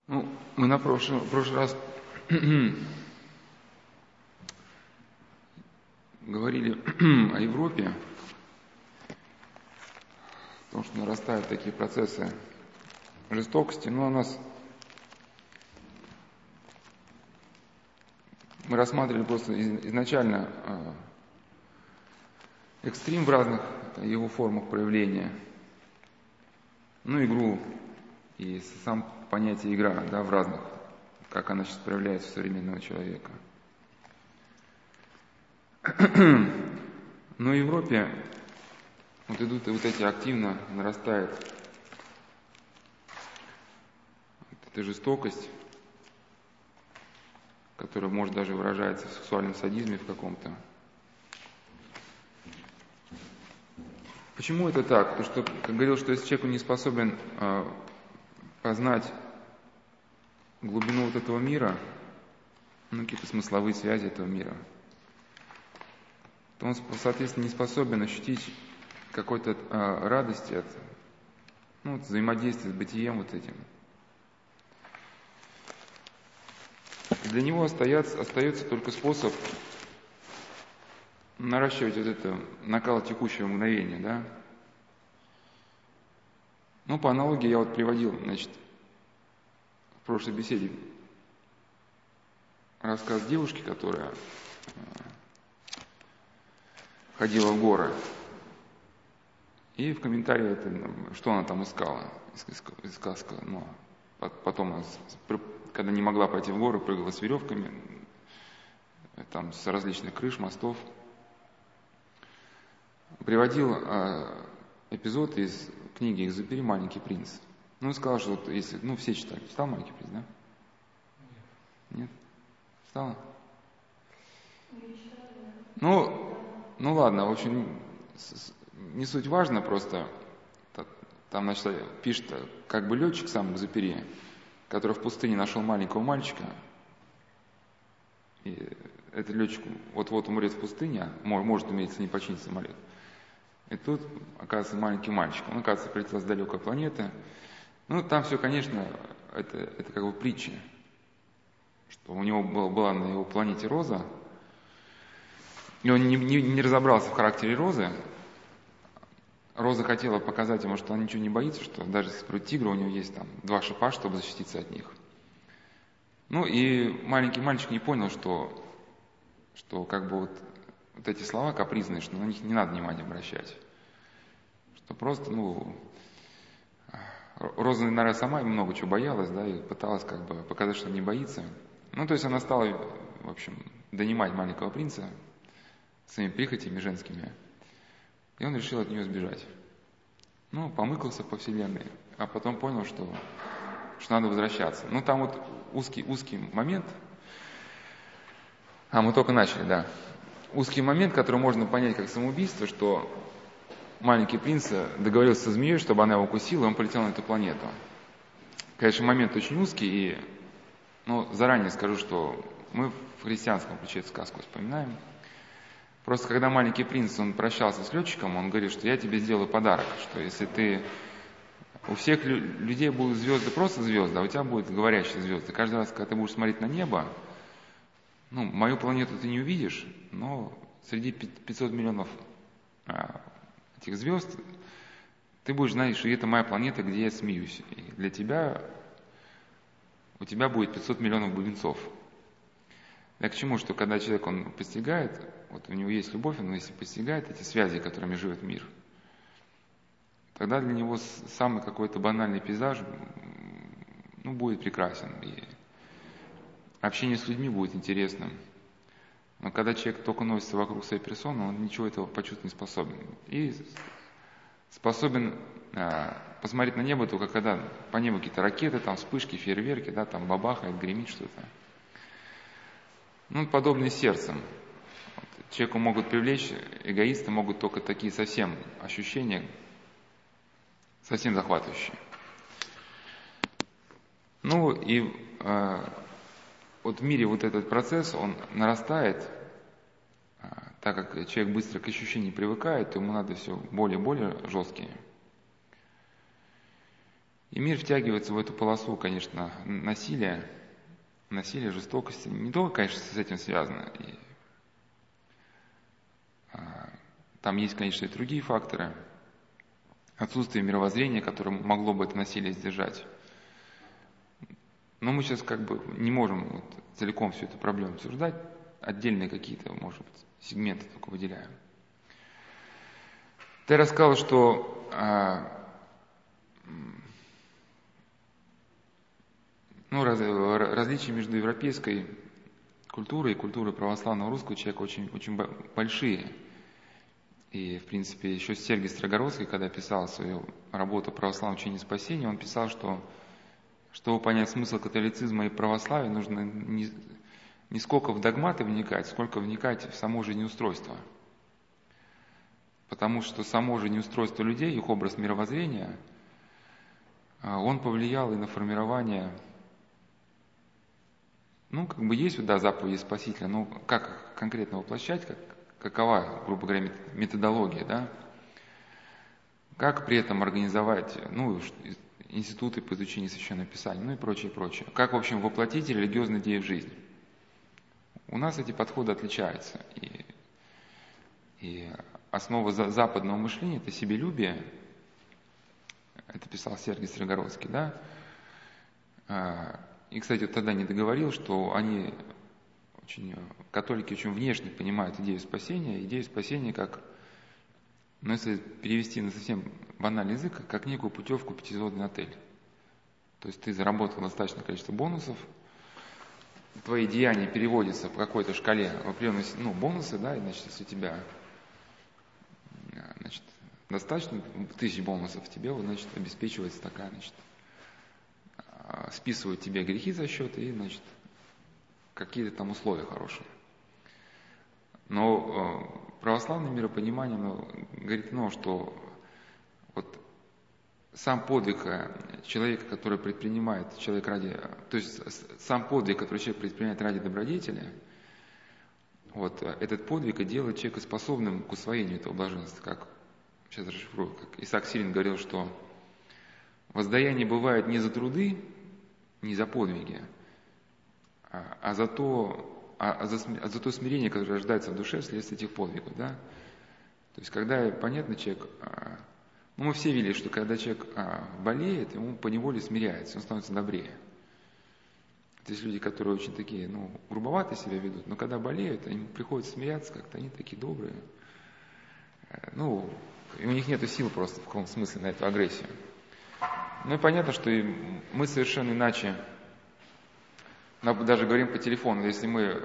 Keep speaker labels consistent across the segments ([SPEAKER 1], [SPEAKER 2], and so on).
[SPEAKER 1] Мы на прошлый раз говорили о Европе, о том, что нарастают такие процессы жестокости, но мы рассматривали просто изначально экстрим в разных его формах проявления, игру и сам понятие игра, в разных, как она сейчас проявляется у современного человека. Но в Европе идут эти активно нарастает эта жестокость, которая может даже выражаться в сексуальном садизме в каком-то. Почему это так? Потому что, как говорил, что если человек не способен познать глубину этого мира, какие-то смысловые связи этого мира, то он, соответственно, не способен ощутить какой-то радости от взаимодействия с бытием этим. И для него остается только способ наращивать это накал текущего мгновения, по аналогии я приводил, в прошлой беседе рассказ девушки, которая ходила в горы, и в комментарии что она там искала. Потом она, когда не могла пойти в горы, прыгала с веревками, с различных крыш, мостов. Приводил эпизод из книги «Экзюпери. Маленький принц». И сказал, что если, все читали. Читал «Маленький принц», да? Нет? Читала? Ладно, в общем, не суть важно, просто там, пишет летчик сам Экзюпери, который в пустыне нашел маленького мальчика, и этот летчик вот-вот умрет в пустыне, может умереть, если не починить самолет. И тут, оказывается, маленький мальчик. Он, оказывается, прилетел с далекой планеты. Там все, конечно, это притча. Что у него была на его планете роза, и он не разобрался в характере розы. Роза хотела показать ему, что она ничего не боится, что даже если против тигра у него есть 2 шипа, чтобы защититься от них. И маленький мальчик не понял, что эти слова капризные, что на них не надо внимания обращать. Что просто, Роза, наверное, сама много чего боялась, и пыталась показать, что не боится. То есть она стала, в общем, донимать маленького принца своими прихотями женскими, и он решил от нее сбежать. Помыкался по вселенной, а потом понял, что надо возвращаться. Там узкий момент, мы только начали, узкий момент, который можно понять как самоубийство, что маленький принц договорился со змеей, чтобы она его укусила, и он полетел на эту планету. Конечно, момент очень узкий, и заранее скажу, что мы в христианском ключе эту сказку вспоминаем. Просто когда маленький принц, он прощался с летчиком, он говорит, что я тебе сделаю подарок, что если у всех людей будут звезды, просто звезды, а у тебя будут говорящие звезды. Каждый раз, когда ты будешь смотреть на небо, мою планету ты не увидишь, но среди 500 миллионов этих звезд ты будешь знать, что это моя планета, где я смеюсь. И для тебя, у тебя будет 500 миллионов бубенцов. Я к чему, что когда человек, он постигает, у него есть любовь, он если постигает эти связи, которыми живет мир, тогда для него самый какой-то банальный пейзаж, будет прекрасен, и общение с людьми будет интересным. Но когда человек только носится вокруг своей персоны, он ничего этого почувствовать не способен. И способен посмотреть на небо только когда по небу какие-то ракеты, вспышки, фейерверки, бабахает, гремит что-то. Подобно сердцем. Человеку могут привлечь, эгоисты могут только такие совсем ощущения, совсем захватывающие. В мире этот процесс, он нарастает, так как человек быстро к ощущениям привыкает, то ему надо все более и более жесткие. И мир втягивается в эту полосу, конечно, насилия, жестокости. Не только, конечно, с этим связано. Там есть, конечно, и другие факторы. Отсутствие мировоззрения, которое могло бы это насилие сдержать. Но мы сейчас не можем целиком всю эту проблему обсуждать. Отдельные какие-то, может быть, сегменты только выделяем. Ты рассказал, что различия между европейской культурой и культурой православного русского человека очень, очень большие. И, в принципе, еще Сергий Строгородский, когда писал свою работу «Православное учение спасения», он писал, что чтобы понять смысл католицизма и православия, нужно не сколько в догматы вникать, сколько вникать в само жизнеустройство. Потому что само жизнеустройство людей, их образ мировоззрения, он повлиял и на формирование, есть, заповеди Спасителя, но как их конкретно воплощать, какова, грубо говоря, методология, да? Как при этом организовать, институты по изучению Священного Писания, и прочее, прочее. Как, в общем, воплотить религиозные идеи в жизнь. У нас эти подходы отличаются. И основа западного мышления – это себелюбие. Это писал Сергий Строгородский, да? И, кстати, тогда не договорил, что католики очень внешне понимают идею спасения как, если перевести на совсем банальный язык, как некую путевку в пятизвездный отель. То есть ты заработал достаточное количество бонусов, твои деяния переводятся по какой-то шкале в определенные, бонусы, да, и, если у тебя, достаточно 1000 бонусов, тебе, обеспечивается такая, списывают тебе грехи за счет и, какие-то там условия хорошие. Но православное миропонимание говорит, что сам подвиг человека, который предпринимает сам подвиг, который человек предпринимает ради добродетели, этот подвиг и делает человека способным к усвоению этого блаженства. Как сейчас расшифрую, как Исаак Сирин говорил, что воздаяние бывает не за труды, не за подвиги, а за то смирение, которое рождается в душе вследствие этих подвигов. Да? То есть, когда, понятно, человек... мы все видели, что когда человек болеет, ему поневоле смиряется, он становится добрее. Есть люди, которые очень такие, грубовато себя ведут, но когда болеют, им приходится смиряться как-то, они такие добрые. И у них нет сил просто в каком смысле на эту агрессию. И понятно, что мы совершенно иначе, даже говорим по телефону, если мы,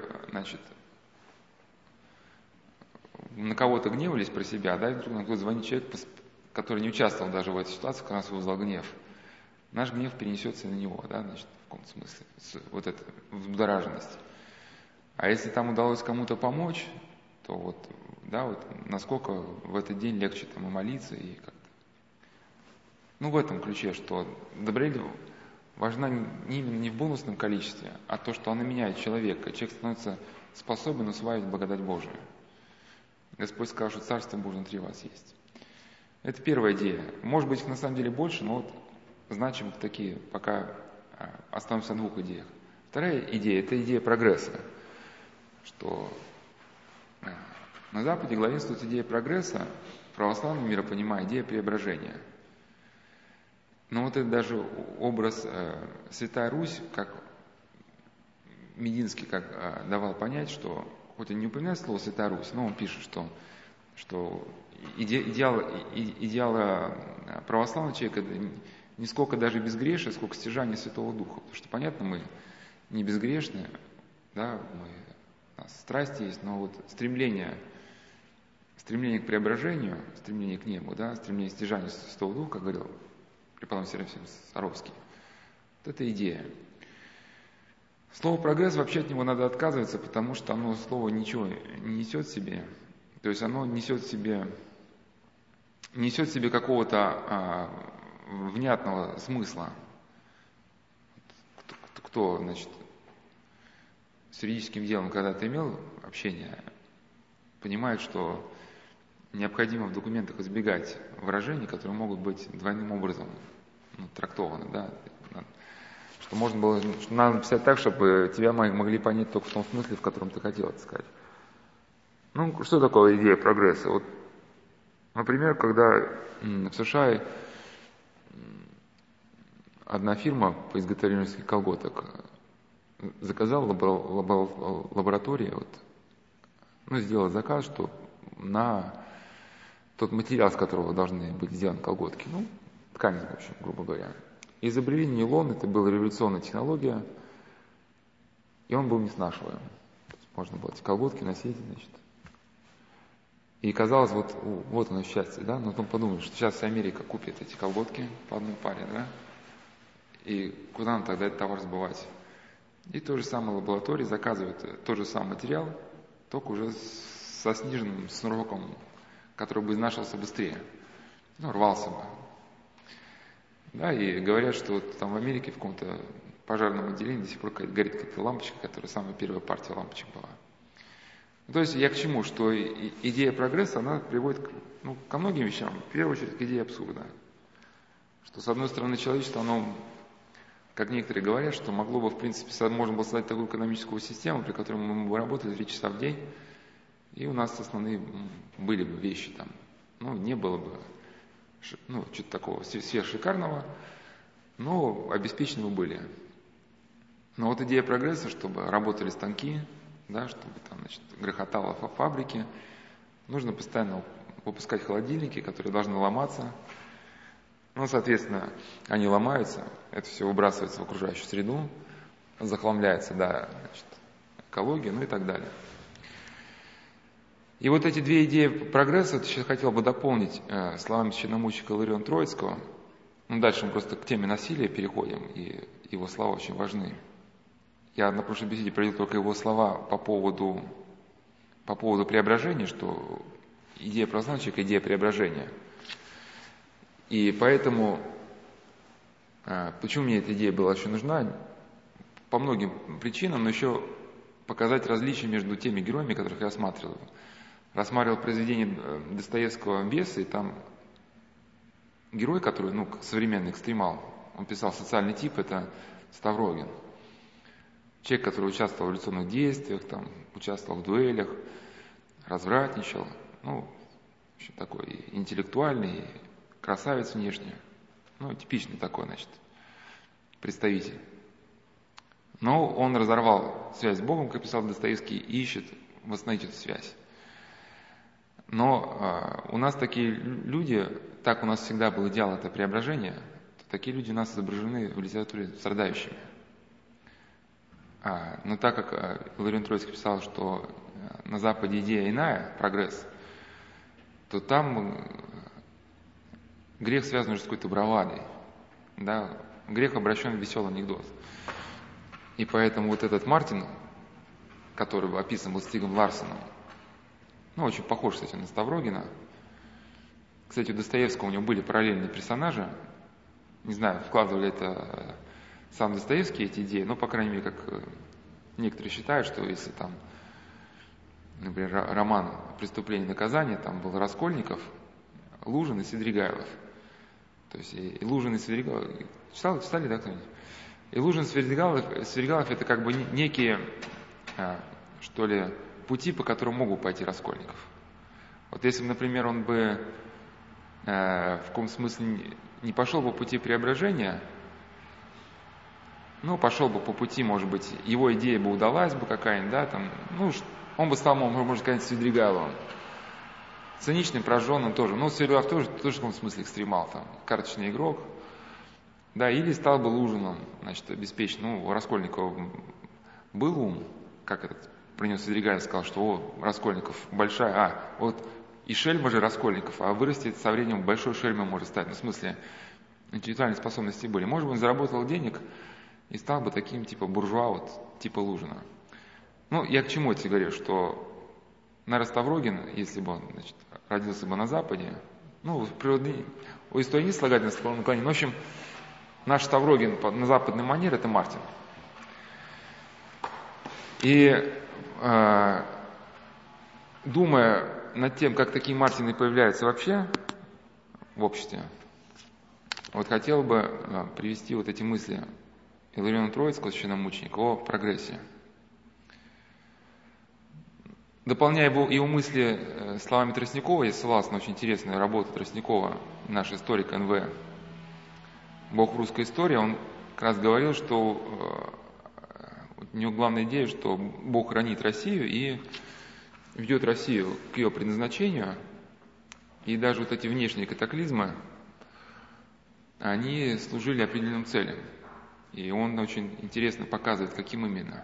[SPEAKER 1] на кого-то гневались про себя, да, и вдруг нам кто-то звонит человек, который не участвовал даже в этой ситуации, когда нас вызвал гнев, наш гнев перенесется на него, да, в каком-то смысле, эта взбудораженность. А если там удалось кому-то помочь, то насколько в этот день легче и молиться, и как-то. В этом ключе, что добродетель важна не в бонусном количестве, а то, что она меняет человека. Человек становится способен усваивать благодать Божию. Господь сказал, что Царство Божие внутри вас есть. Это первая идея. Может быть, их на самом деле больше, но значимых такие, пока остановимся на 2 идеях. Вторая идея – это идея прогресса, что на Западе главенствует идея прогресса, православный миропонимание, идея преображения. Но это даже образ Святая Русь, как Мединский давал понять, что, хоть он не упоминает слово Святая Русь, но он пишет, что идеал православного человека не сколько даже безгрешие, сколько стяжание Святого Духа. Потому что, понятно, мы не безгрешны, да, у нас страсти есть, но стремление к преображению, стремление к небу, да, стремление к стяжанию Святого Духа, как говорил преподобный Серафим Саровский, это идея. Слово «прогресс» вообще от него надо отказываться, потому что слово ничего не несет в себе. То есть оно несет в себе какого-то внятного смысла. Кто, с юридическим делом когда-то имел общение, понимает, что необходимо в документах избегать выражений, которые могут быть двойным образом трактовано, да, что можно было, что надо написать так, чтобы тебя могли понять только в том смысле, в котором ты хотел это сказать. Ну, что такое идея прогресса? Вот, например, когда в США одна фирма по изготовлению колготок заказала лаборатории, сделала заказ, что на тот материал, с которого должны быть сделаны колготки, ткань, в общем, грубо говоря. Изобрели нейлон, это была революционная технология, и он был неснашиваем. Можно было эти колготки носить, значит. И казалось, вот оно счастье, да, но потом подумали, что сейчас Америка купит эти колготки по одной паре, да, и куда нам тогда этот товар сбывать? И то же самое лаборатория заказывает тот же самый материал, только уже со сниженным сроком, который бы изнашивался быстрее, рвался бы. Да, и говорят, что вот там в Америке в каком-то пожарном отделении до сих пор горит какая-то лампочка, которая самая первая партия лампочек была. То есть я к чему? Что идея прогресса, она приводит ко многим вещам, в первую очередь к идее абсурда. Что, с одной стороны, человечество, оно, как некоторые говорят, что могло бы, в принципе, можно было создать такую экономическую систему, при которой мы бы работали 3 часа в день, и у нас основные были бы вещи там. Не было бы что-то такого сверхшикарного, но обеспечены были. Но вот идея прогресса, чтобы работали станки, да, чтобы там, грохотало фабрики, нужно постоянно выпускать холодильники, которые должны ломаться. Соответственно, они ломаются, это все выбрасывается в окружающую среду, захламляется, да, экология, и так далее. И вот эти 2 идеи прогресса, я сейчас хотел бы дополнить словами священномученика Илариона Троицкого. Дальше мы просто к теме насилия переходим, и его слова очень важны. Я на прошлой беседе привел только его слова по поводу преображения, что идея православного человека – идея преображения. И поэтому, почему мне эта идея была очень нужна? По многим причинам, но еще показать различия между теми героями, которых я рассматривал произведение Достоевского «Бесы», и там герой, который, современный экстремал, он писал социальный тип, это Ставрогин. Человек, который участвовал в революционных действиях, участвовал в дуэлях, развратничал, очень такой интеллектуальный, красавец внешне, типичный такой, представитель. Но он разорвал связь с Богом, как писал Достоевский, и ищет восстановить эту связь. Но у нас такие люди, так у нас всегда был идеал, это преображение, такие люди у нас изображены в литературе страдающими. Но так как Иларион Троицкий писал, что на Западе идея иная, прогресс, то там грех связан уже с какой-то бравадой. Да? Грех обращен в веселый анекдот. И поэтому вот этот Мартин, который описан был Стигом Ларсоном, очень похож, кстати, на Ставрогина. Кстати, у Достоевского у него были параллельные персонажи. Не знаю, вкладывали это сам Достоевский, эти идеи, но, по крайней мере, как некоторые считают, что если там, например, роман «Преступление и наказание», там был Раскольников, Лужин и Свидригайлов. То есть и Лужин и Свидригайлов... Читали, да, кто-нибудь? И Лужин и Свидригайлов это как бы некие, что ли, пути, по которым могут пойти Раскольников. Вот если бы, например, он бы в каком смысле не пошел по пути преображения, пошел бы по пути, может быть, его идея бы удалась бы какая-нибудь, да, там, он бы стал, можно сказать, Свидригайловым. Циничный, прожженным тоже. Свидригайлов тоже в каком смысле экстремал, там, карточный игрок. Да, или стал бы Лужиным, обеспечен. У Раскольникова был ум, как этот принес Свидригайлов, сказал, что Раскольников большая, и шельма же Раскольников, а вырастет со временем большой шельмой может стать. В смысле, интеллектуальные способности были. Может быть, он заработал денег и стал бы таким, типа буржуа, типа Лужина. Я к чему это говорю, что наверное, Ставрогин, если бы он, родился бы на Западе, у истории не слагательного наклонения. В общем, наш Ставрогин на западный манер – это Мартин. И думая над тем, как такие Мартины появляются вообще в обществе, Вот хотел бы привести вот эти мысли Илариона Троицкого, священномученика, о прогрессе. Дополняя его мысли словами Тростникова, я ссылался на очень интересную работу Тростникова, наш историк НВ, «Бог в русской истории». Он как раз говорил, что у него главная идея, что Бог хранит Россию и ведет Россию к ее предназначению, и даже вот эти внешние катаклизмы, они служили определенным целям. И он очень интересно показывает, каким именно.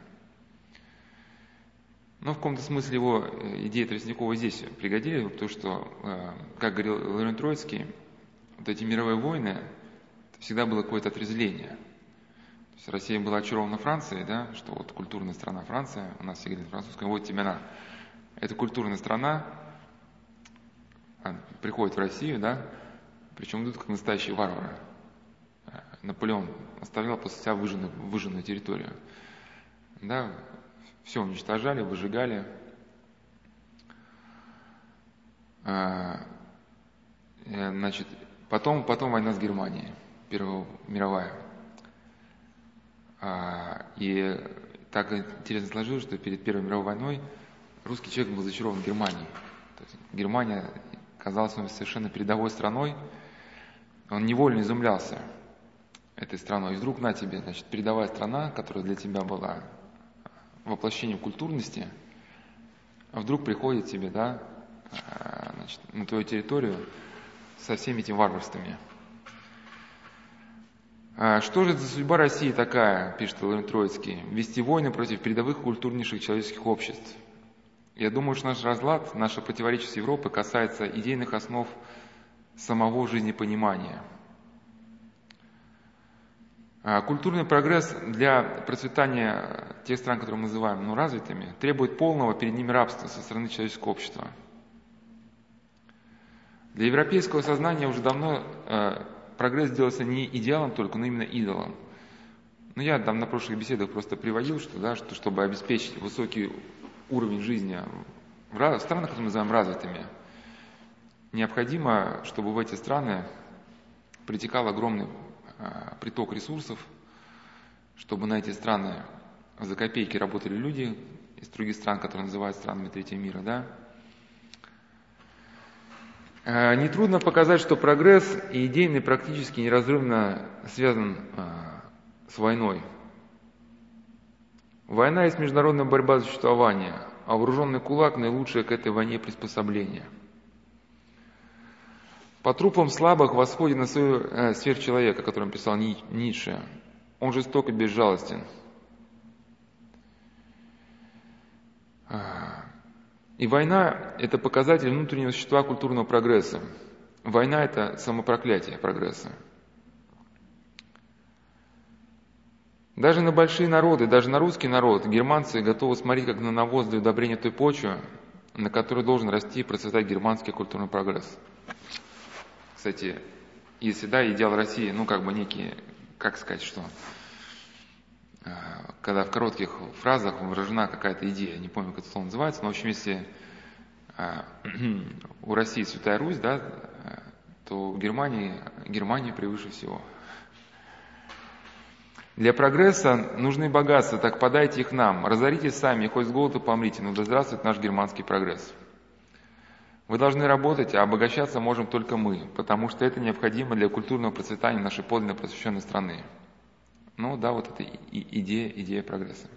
[SPEAKER 1] Но в каком-то смысле его идеи Тростникова здесь пригодились, потому что, как говорил Иларион Троицкий, вот эти мировые войны, всегда было какое-то отрезвление. То есть Россия была очарована Францией, да, что вот культурная страна Франция, у нас все говорят французская, вот тебе на. Это культурная страна, приходит в Россию, да, причем идут как настоящие варвары. Наполеон оставлял после себя выжженную территорию. Да, все уничтожали, выжигали. Значит, потом война с Германией, Первая мировая. И так интересно сложилось, что перед Первой мировой войной русский человек был зачарован Германией. То есть Германия казалась совершенно передовой страной. Он невольно изумлялся этой страной. И вдруг на тебе, значит, передовая страна, которая для тебя была воплощением культурности, а вдруг приходит тебе, да, значит, на твою территорию со всеми этими варварствами. Что же за судьба России такая, пишет Иларион Троицкий, вести войны против передовых культурнейших человеческих обществ? Я думаю, что наш разлад, наше противоречие с Европой касается идейных основ самого жизнепонимания. Культурный прогресс для процветания тех стран, которые мы называем развитыми, требует полного перед ними рабства со стороны человеческого общества. Для европейского сознания уже давно прогресс сделался не идеалом только, но именно идолом. Но я там на прошлых беседах просто приводил, что чтобы обеспечить высокий уровень жизни в странах, которые мы называем развитыми, необходимо, чтобы в эти страны притекал огромный приток ресурсов, чтобы на эти страны за копейки работали люди из других стран, которые называют странами третьего мира, да. Нетрудно показать, что прогресс и идейный практически неразрывно связан с войной. Война есть международная борьба за существование, а вооруженный кулак – наилучшее к этой войне приспособление. По трупам слабых восходит на свою сверхчеловека, о котором писал Ницше. Он жесток и безжалостен. И война – это показатель внутреннего существа культурного прогресса. Война – это самопроклятие прогресса. Даже на большие народы, даже на русский народ, германцы готовы смотреть как на навоз для удобрения той почвы, на которой должен расти и процветать германский культурный прогресс. Кстати, если идеал России, некий, как сказать, что когда в коротких фразах выражена какая-то идея, не помню, как это слово называется, но в общем, если у России Святая Русь, да, то в Германия превыше всего. Для прогресса нужны богатства, так подайте их нам, разоритесь сами, хоть с голоду помрите, но да здравствует наш германский прогресс. Вы должны работать, а обогащаться можем только мы, потому что это необходимо для культурного процветания нашей подлинно просвещенной страны. Вот это идея прогресса.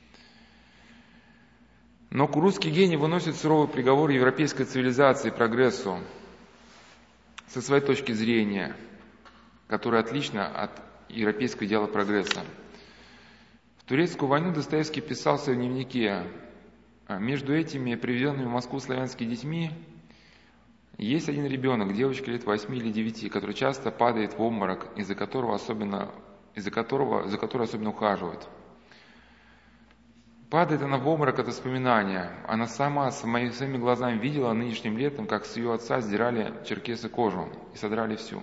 [SPEAKER 1] Но русский гений выносит суровый приговор европейской цивилизации и прогрессу со своей точки зрения, которая отлична от европейского идеала прогресса. В турецкую войну Достоевский писал в своем дневнике: между этими приведенными в Москву славянскими детьми есть один ребенок, девочка лет 8 или 9, который часто падает в обморок, за которой особенно ухаживают. Падает она в обморок от воспоминания. Она сама своими глазами видела нынешним летом, как с ее отца сдирали черкесы кожу и содрали всю.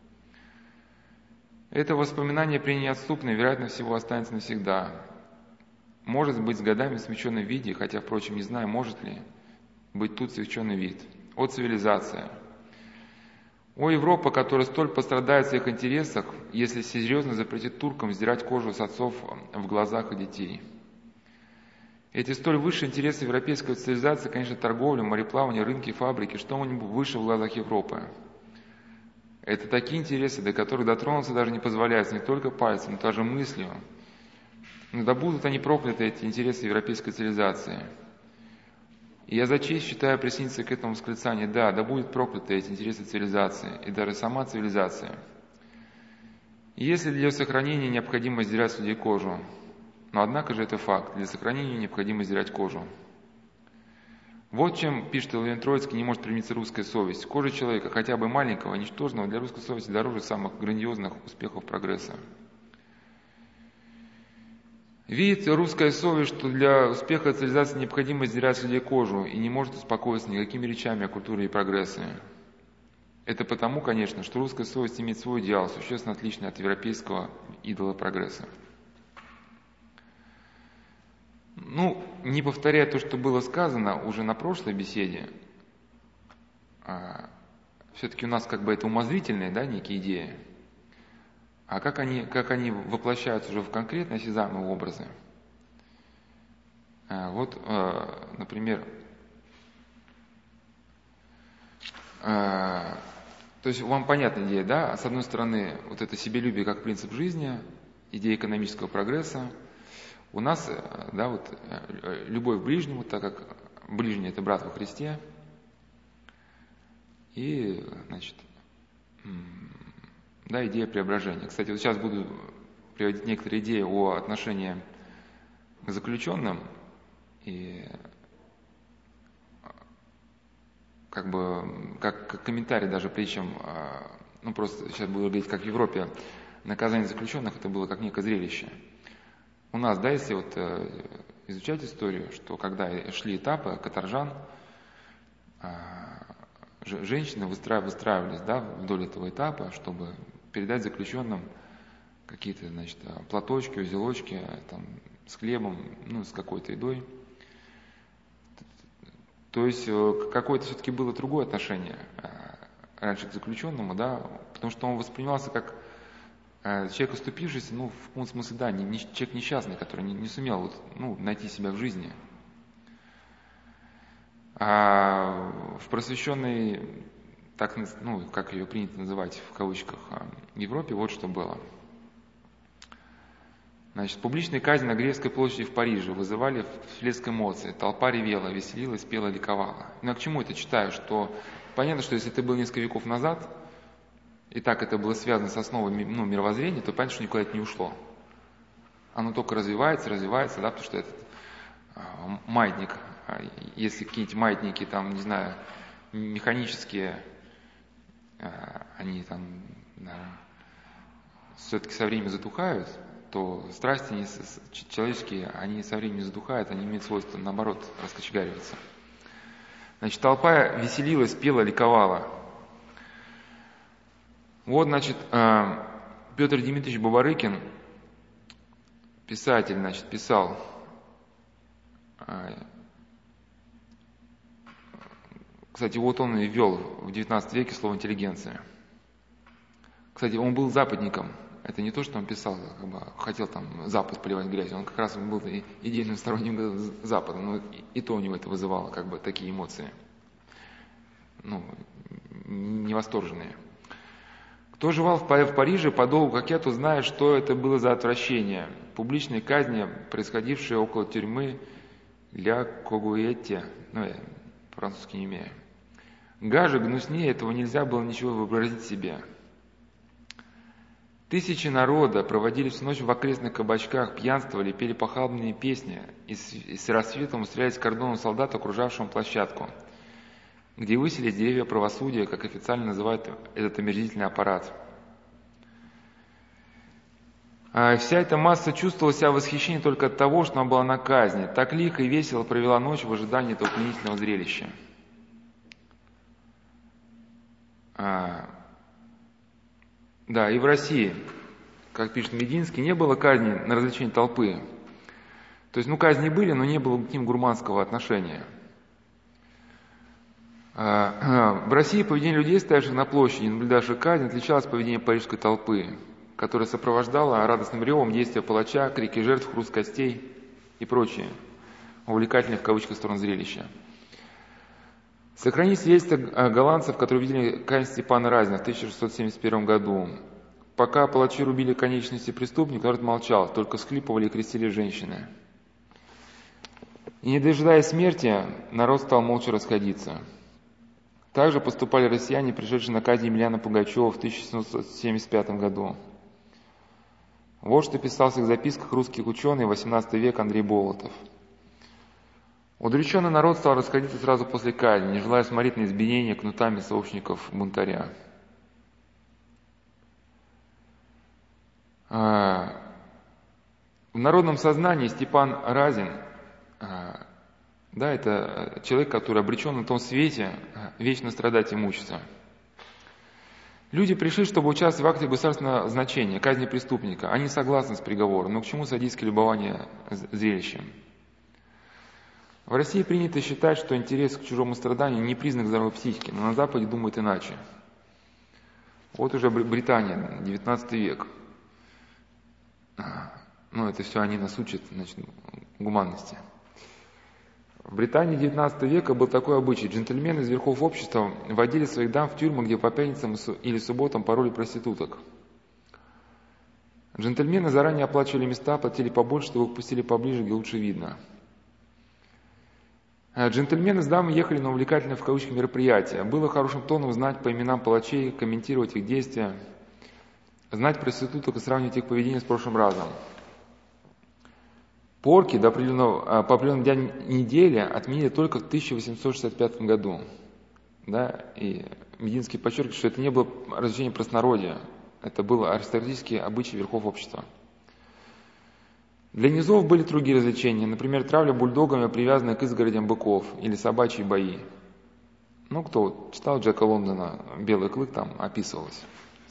[SPEAKER 1] Это воспоминание при ней неотступно и, вероятно всего, останется навсегда. Может быть, с годами смягченный в виде, хотя, впрочем, не знаю, может ли быть тут смягченный вид. О, цивилизация! О, Европа, которая столь пострадает в своих интересах, если серьезно запретит туркам сдирать кожу с отцов в глазах и детей. Эти столь высшие интересы европейской цивилизации, конечно, торговля, мореплавание, рынки, фабрики, что-нибудь выше в глазах Европы. Это такие интересы, до которых дотронуться даже не позволяется не только пальцем, но даже мыслью. Но да будут они прокляты, эти интересы европейской цивилизации. И я за честь считаю присоединиться к этому восклицанию: да будут прокляты эти интересы цивилизации, и даже сама цивилизация. И если для ее сохранения необходимо сдирать с людей кожу, но однако же это факт, для сохранения необходимо сдирать кожу. Вот чем, пишет Ильин Троицкий, не может примириться русская совесть. Кожа человека, хотя бы маленького, ничтожного, для русской совести дороже самых грандиозных успехов прогресса. Видит русская совесть, что для успеха цивилизации необходимо сдирать с людей кожу, и не может успокоиться никакими речами о культуре и прогрессе. Это потому, конечно, что русская совесть имеет свой идеал, существенно отличный от европейского идола прогресса. Не повторяя то, что было сказано уже на прошлой беседе, все-таки у нас это умозрительные, некие идеи, а как они воплощаются уже в конкретные осязаемые образы. Например, то есть вам понятна идея, да? С одной стороны, это себелюбие как принцип жизни, идея экономического прогресса. У нас, любовь к ближнему, так как ближний – это брат во Христе. И, идея преображения. Кстати, сейчас буду приводить некоторые идеи о отношении к заключенным. И как комментарий даже, прежде чем, просто сейчас буду говорить, как в Европе, наказание заключенных – это было как некое зрелище. У нас, если изучать историю, что когда шли этапы каторжан, женщины выстраивались, вдоль этого этапа, чтобы передать заключенным какие-то, платочки, узелочки, с хлебом, с какой-то едой. То есть какое-то все-таки было другое отношение раньше к заключенному, потому что он воспринимался как человек, оступившийся, в каком смысле, человек несчастный, который не сумел найти себя в жизни. А в просвещенной, как ее принято называть в кавычках, Европе, вот что было. Публичные казни на Гревской площади в Париже вызывали всплеск эмоций. Толпа ревела, веселилась, пела, ликовала. Я к чему это читаю? Что понятно, что если ты был несколько веков назад, и так это было связано с основой мировоззрения, то понятно, что никуда это не ушло. Оно только развивается, потому что этот маятник, если какие-нибудь маятники, механические, они все-таки со временем затухают, то страсти человеческие, они со временем затухают, они имеют свойство, наоборот, раскочегариваться. Толпа веселилась, пела, ликовала. Вот, Петр Дмитриевич Бабарыкин, писатель, писал: кстати, он и ввел в XIX веке слово «интеллигенция». Кстати, он был западником. Это не то, что он писал, хотел Запад поливать грязью. Он как раз был идейным сторонником Запада, но и то у него это вызывало такие эмоции, невосторженные. Кто жевал в Париже подолгу, как я, то знает, что это было за отвращение. Публичные казни, происходившие около тюрьмы Ля Когуэте, я французский не имею. Гаже, гнуснее этого нельзя было ничего вообразить себе. Тысячи народа проводили всю ночь в окрестных кабачках, пьянствовали, пели похабные песни и с рассветом устремлялись к кордону солдат, окружавшему площадку, где высились деревья правосудия, как официально называют этот омерзительный аппарат. А вся эта масса чувствовала себя в восхищении только от того, что она была на казни. Так лихо и весело провела ночь в ожидании этого пленительного зрелища. И в России, как пишет Мединский, не было казни на развлечение толпы. То есть, казни были, но не было к ним гурманского отношения. И В России поведение людей, стоявших на площади, наблюдавших казнь, отличалось от поведения парижской толпы, которая сопровождала радостным ревом действия палача, крики жертв, хруст костей и прочие увлекательные в кавычках стороны зрелища. Сохранились свидетельства голландцев, которые видели казнь Степана Разина в 1671 году. Пока палачи рубили конечности преступников, народ молчал, только всхлипывали и крестили женщины. И не дожидаясь смерти, народ стал молча расходиться. Также поступали россияне, пришедшие на казнь Емельяна Пугачева в 1775 году. Вот что писал в своих записках русский ученый XVIII век Андрей Болотов. Удрученный народ стал расходиться сразу после казни, не желая смотреть на избиение кнутами сообщников бунтаря. В народном сознании Степан Разин, да, это человек, который обречен на том свете вечно страдать и мучиться. Люди пришли, чтобы участвовать в акте государственного значения, казни преступника. Они согласны с приговором, но к чему садистское любование зрелищем? В России принято считать, что интерес к чужому страданию не признак здоровой психики, но на Западе думают иначе. Вот уже Британия, 19 век. Ну, это все они нас учат, значит, гуманности. В Британии 19 века был такой обычай. Джентльмены из верхов общества водили своих дам в тюрьмы, где по пятницам или субботам пороли проституток. Джентльмены заранее оплачивали места, платили побольше, чтобы их пустили поближе, где лучше видно. Джентльмены с дамой ехали на увлекательное в кавычках мероприятие. Было хорошим тоном знать по именам палачей, комментировать их действия, знать проституток и сравнивать их поведение с прошлым разом. Порки по определенному дню недели отменили только в 1865 году. Да? И Мединский подчеркивает, что это не было развлечение простонародья, это был аристократический обычай верхов общества. Для низов были другие развлечения, например, травля бульдогами, привязанная к изгородям быков, или собачьи бои. Ну, кто читал Джека Лондона «Белый клык», там описывалось.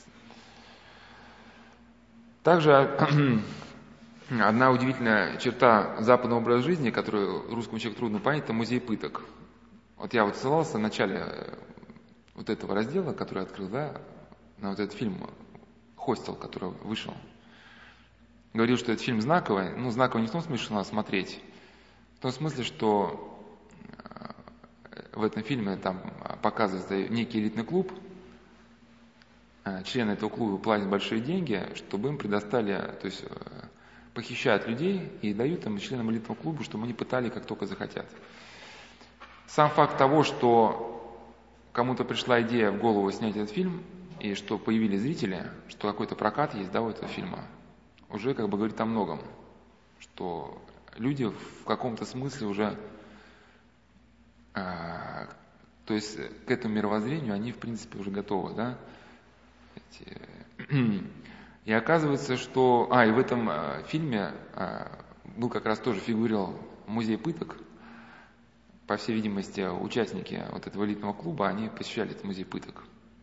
[SPEAKER 1] Также одна удивительная черта западного образа жизни, которую русскому человеку трудно понять, это музей пыток. Вот я вот ссылался в начале вот этого раздела, который открыл, да, на вот этот фильм «Хостел», который вышел. Говорил, что этот фильм знаковый. Ну, знаковый не в том смысле, что надо смотреть. В том смысле, что в этом фильме там показывается некий элитный клуб. Члены этого клуба платят большие деньги, чтобы им предоставили, то есть похищают людей и дают им членам элитного клуба, чтобы они пытали, как только захотят. Сам факт того, что кому-то пришла идея в голову снять этот фильм, и что появились зрители, что какой-то прокат есть, да, у этого фильма, уже как бы говорит о многом, что люди в каком-то смысле уже, то есть к этому мировоззрению они в принципе уже готовы, да. И оказывается, что, и в этом фильме был как раз тоже фигурировал музей пыток. По всей видимости, участники вот этого элитного клуба, они посещали этот музей пыток.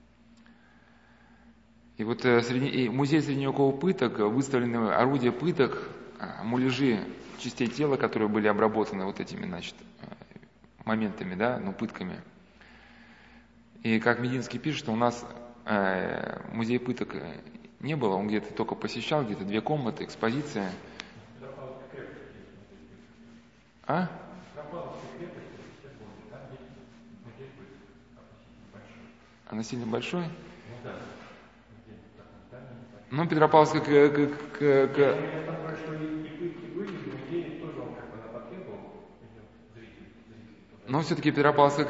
[SPEAKER 1] И вот музей средневековых пыток, выставлены орудия пыток, муляжи частей тела, которые были обработаны вот этими, значит, моментами, да, ну, пытками. И как Мединский пишет, что у нас музей пыток не было, он где-то только посещал, где-то 2 комнаты, экспозиция. А? Она сильно большой? Ну, Петропавловская но все-таки Петропавловская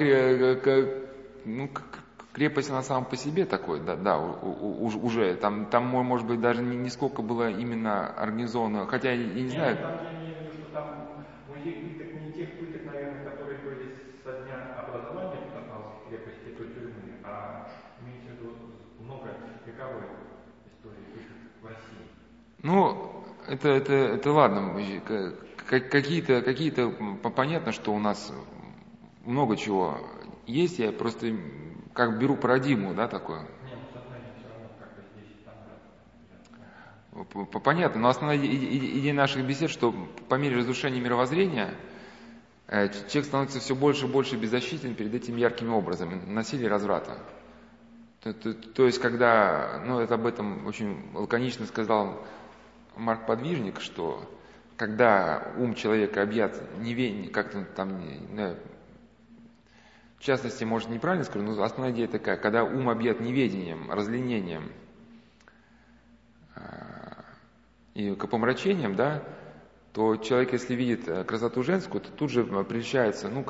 [SPEAKER 1] крепость она сама по себе такой, да, уже. Там, может быть, даже не сколько было именно организовано, хотя я не знаю.
[SPEAKER 2] Там я имею в виду, что там музей пыток не тех пыток, наверное, которые были со дня образования Петропавловской крепости, той тюрьмы, а имеется в виду много вековой истории пыток в России.
[SPEAKER 1] Ну, это ладно. Какие-то понятно, что у нас много чего есть, я просто как беру парадигму, да, такую. Понятно, но основная идея наших бесед, что по мере разрушения мировоззрения человек становится все больше и больше беззащитен перед этими яркими образами насилия и разврата. То есть, когда, это об этом очень лаконично сказал Марк Подвижник, что когда ум человека объят неведением, как-то там, в частности, может, неправильно скажу, но основная идея такая, когда ум объят неведением, разленением и помрачением, да, то человек, если видит красоту женскую, то тут же прельщается, в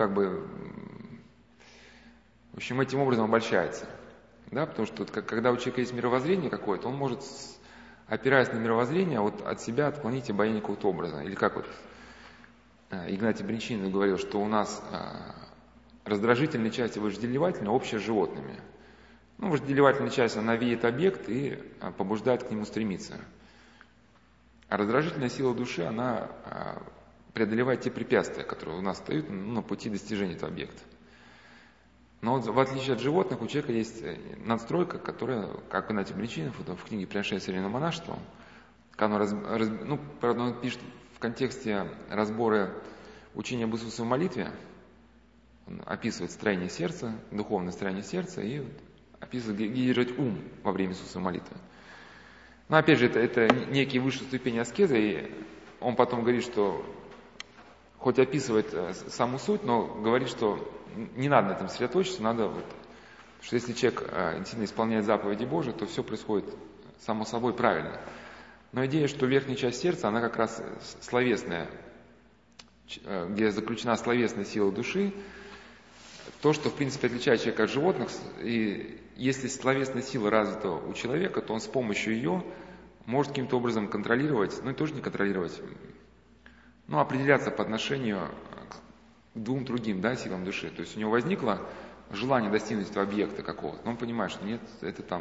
[SPEAKER 1] общем, этим образом обольщается. Да, потому что когда у человека есть мировоззрение какое-то, он может, опираясь на мировоззрение, от себя отклонить обаяние какого-то образа. Или как Игнатий Бринчанин говорил, что у нас раздражительная часть и вожделевательная общая с животными. Вожделевательная часть, она видит объект и побуждает к нему стремиться. А раздражительная сила души, она преодолевает те препятствия, которые у нас стоят на пути достижения этого объекта. Но в отличие от животных, у человека есть надстройка, которая, как Игнатий Бринчанин в книге «Приношение современного монашества», правда, он пишет в контексте разбора учения об Иисусе в молитве, он описывает строение сердца, духовное строение сердца и описывает, где держать ум во время Иисуса молитвы. Но опять же, это некие высшие ступени аскезы, и он потом говорит, что хоть описывает саму суть, но говорит, что не надо на этом сосредоточиться, надо, что если человек действительно исполняет заповеди Божии, то все происходит само собой правильно. Но идея, что верхняя часть сердца, она как раз словесная, где заключена словесная сила души, то, что, в принципе, отличает человека от животных, и если словесная сила развита у человека, то он с помощью ее может каким-то образом контролировать, и тоже не контролировать, определяться по отношению к двум другим, силам души. То есть у него возникло желание достигнуть этого объекта какого-то, но он понимает, что нет, это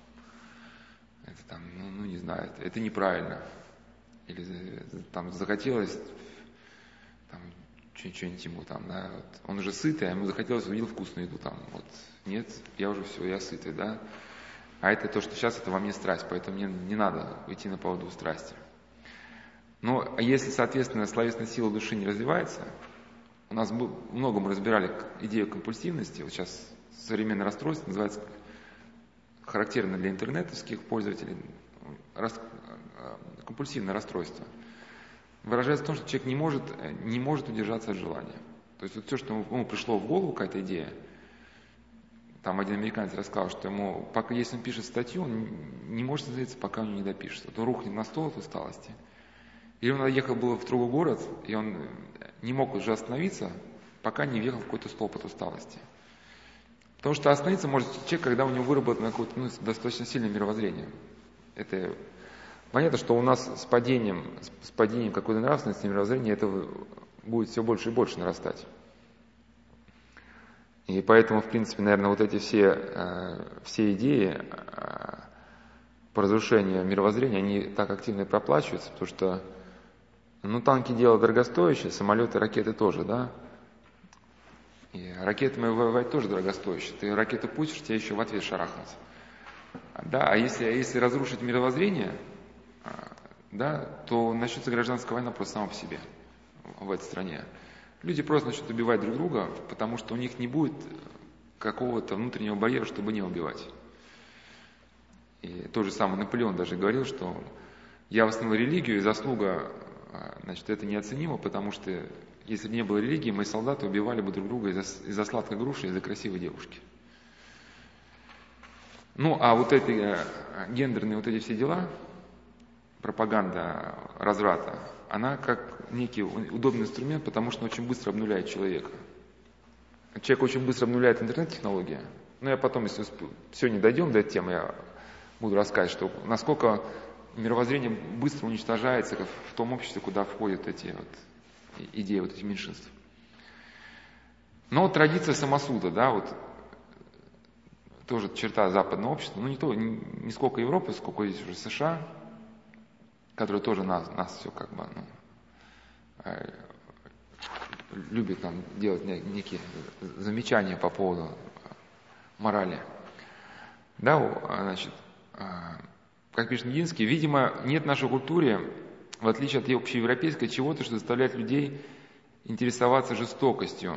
[SPEAKER 1] не знаю, это неправильно. Или захотелось что-нибудь ему он уже сытый, а ему захотелось, увидел вкусную еду нет, я уже все, я сытый, а это то, что сейчас это во мне страсть, поэтому мне не надо идти на поводу страсти. Но если, соответственно, словесная сила души не развивается, у нас много мы разбирали идею компульсивности, сейчас современное расстройство называется, характерно для интернетовских пользователей, компульсивное расстройство. Выражается в том, что человек не может удержаться от желания. То есть все, что ему пришло в голову, какая-то идея, там один американец рассказал, что ему, если он пишет статью, он не может остановиться, пока он не допишет. Он рухнет на стол от усталости. Или он ехал было в другой город, и он не мог уже остановиться, пока не въехал в какой-то столб от усталости. Потому что остановиться может человек, когда у него выработано какое-то достаточно сильное мировоззрение. Это понятно, что у нас с падением какой-то нравственности, мировоззрения, это будет все больше и больше нарастать. И поэтому, в принципе, наверное, эти все идеи по разрушению мировоззрения, они так активно и проплачиваются, потому что танки дело дорогостоящее, самолеты, ракеты тоже, И ракетами воевать тоже дорогостоящее. Ты ракету пустишь, тебя еще в ответ шарахнут. А если разрушить мировоззрение, то начнется гражданская война просто сама по себе в этой стране. Люди просто начнут убивать друг друга, потому что у них не будет какого-то внутреннего барьера, чтобы не убивать. И тот же самый Наполеон даже говорил, что я восстановил религию, и заслуга, это неоценимо, потому что если бы не было религии, мои солдаты убивали бы друг друга из-за сладкой груши, из-за красивой девушки. Эти гендерные эти все дела, пропаганда разврата, она как некий удобный инструмент, потому что он очень быстро обнуляет человека. Человек очень быстро обнуляет интернет-технологии. Я потом, если сегодня дойдем до этой темы, я буду рассказывать, что насколько мировоззрение быстро уничтожается в том обществе, куда входят эти идеи этих меньшинств. Но традиция самосуда, тоже черта западного общества, не сколько Европы, сколько здесь уже США, которые тоже нас все любят делать некие замечания по поводу морали. Как пишет Нигинский, видимо, нет в нашей культуре, в отличие от общеевропейской, чего-то, что заставляет людей интересоваться жестокостью,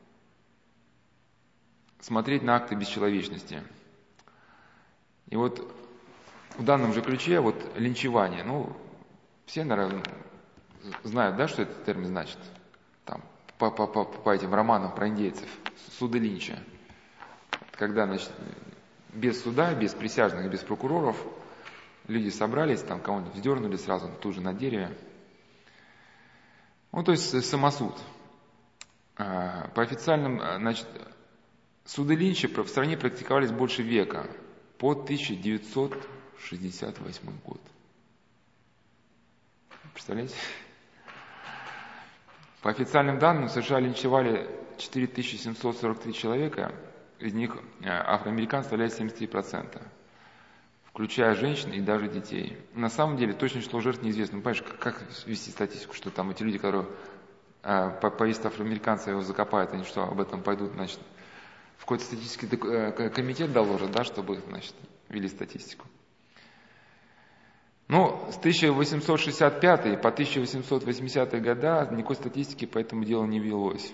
[SPEAKER 1] смотреть на акты бесчеловечности. И вот в данном же ключе вот линчевание, все, наверное, знают, да, что этот термин значит, там, по этим романам про индейцев, суды Линча. Когда, значит, без суда, без присяжных, без прокуроров люди собрались, там кого-нибудь вздернули сразу тут же на дереве. То есть самосуд. По официальным, значит, суды Линча в стране практиковались больше века, по 1968 год. Представляете? По официальным данным, в США линчевали 4743 человека, из них афроамериканцы составляют 73%, включая женщин и даже детей. На самом деле, точное число жертв неизвестно. Понимаешь, как вести статистику, что там эти люди, которые повесят афроамериканца, его закопают, они что, об этом пойдут, значит, в какой-то статистический комитет доложат, да, чтобы, значит, вели статистику. С 1865 по 1880 года никакой статистики по этому делу не велось.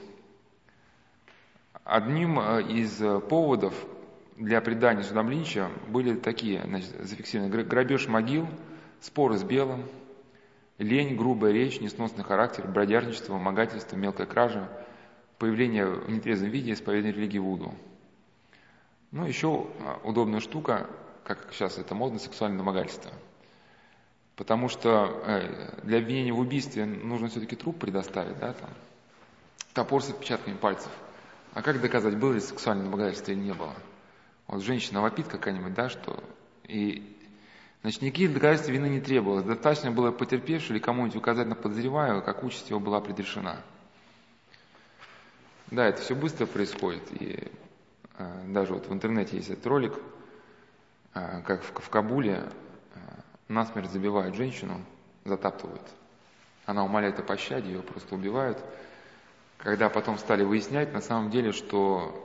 [SPEAKER 1] Одним из поводов для предания судам Линча были такие, значит, зафиксированы: грабеж могил, споры с белым, лень, грубая речь, несносный характер, бродяжничество, вымогательство, мелкая кража, появление в нетрезвом виде, исповедание религии вуду. Еще удобная штука, как сейчас это модно, сексуальное домогательство. Потому что для обвинения в убийстве нужно все-таки труп предоставить, да, там, топор с отпечатками пальцев. А как доказать, было ли сексуальное домогательство или не было? Вот женщина вопит какая-нибудь, да, что... И, значит, никаких доказательств вины не требовалось. Достаточно было потерпевшему или кому-нибудь указать на подозреваемого, как участь его была предрешена. Да, это все быстро происходит. И даже вот в интернете есть этот ролик, как в Кабуле насмерть забивают женщину, затаптывают. Она умоляет о пощаде, ее просто убивают. Когда потом стали выяснять, на самом деле, что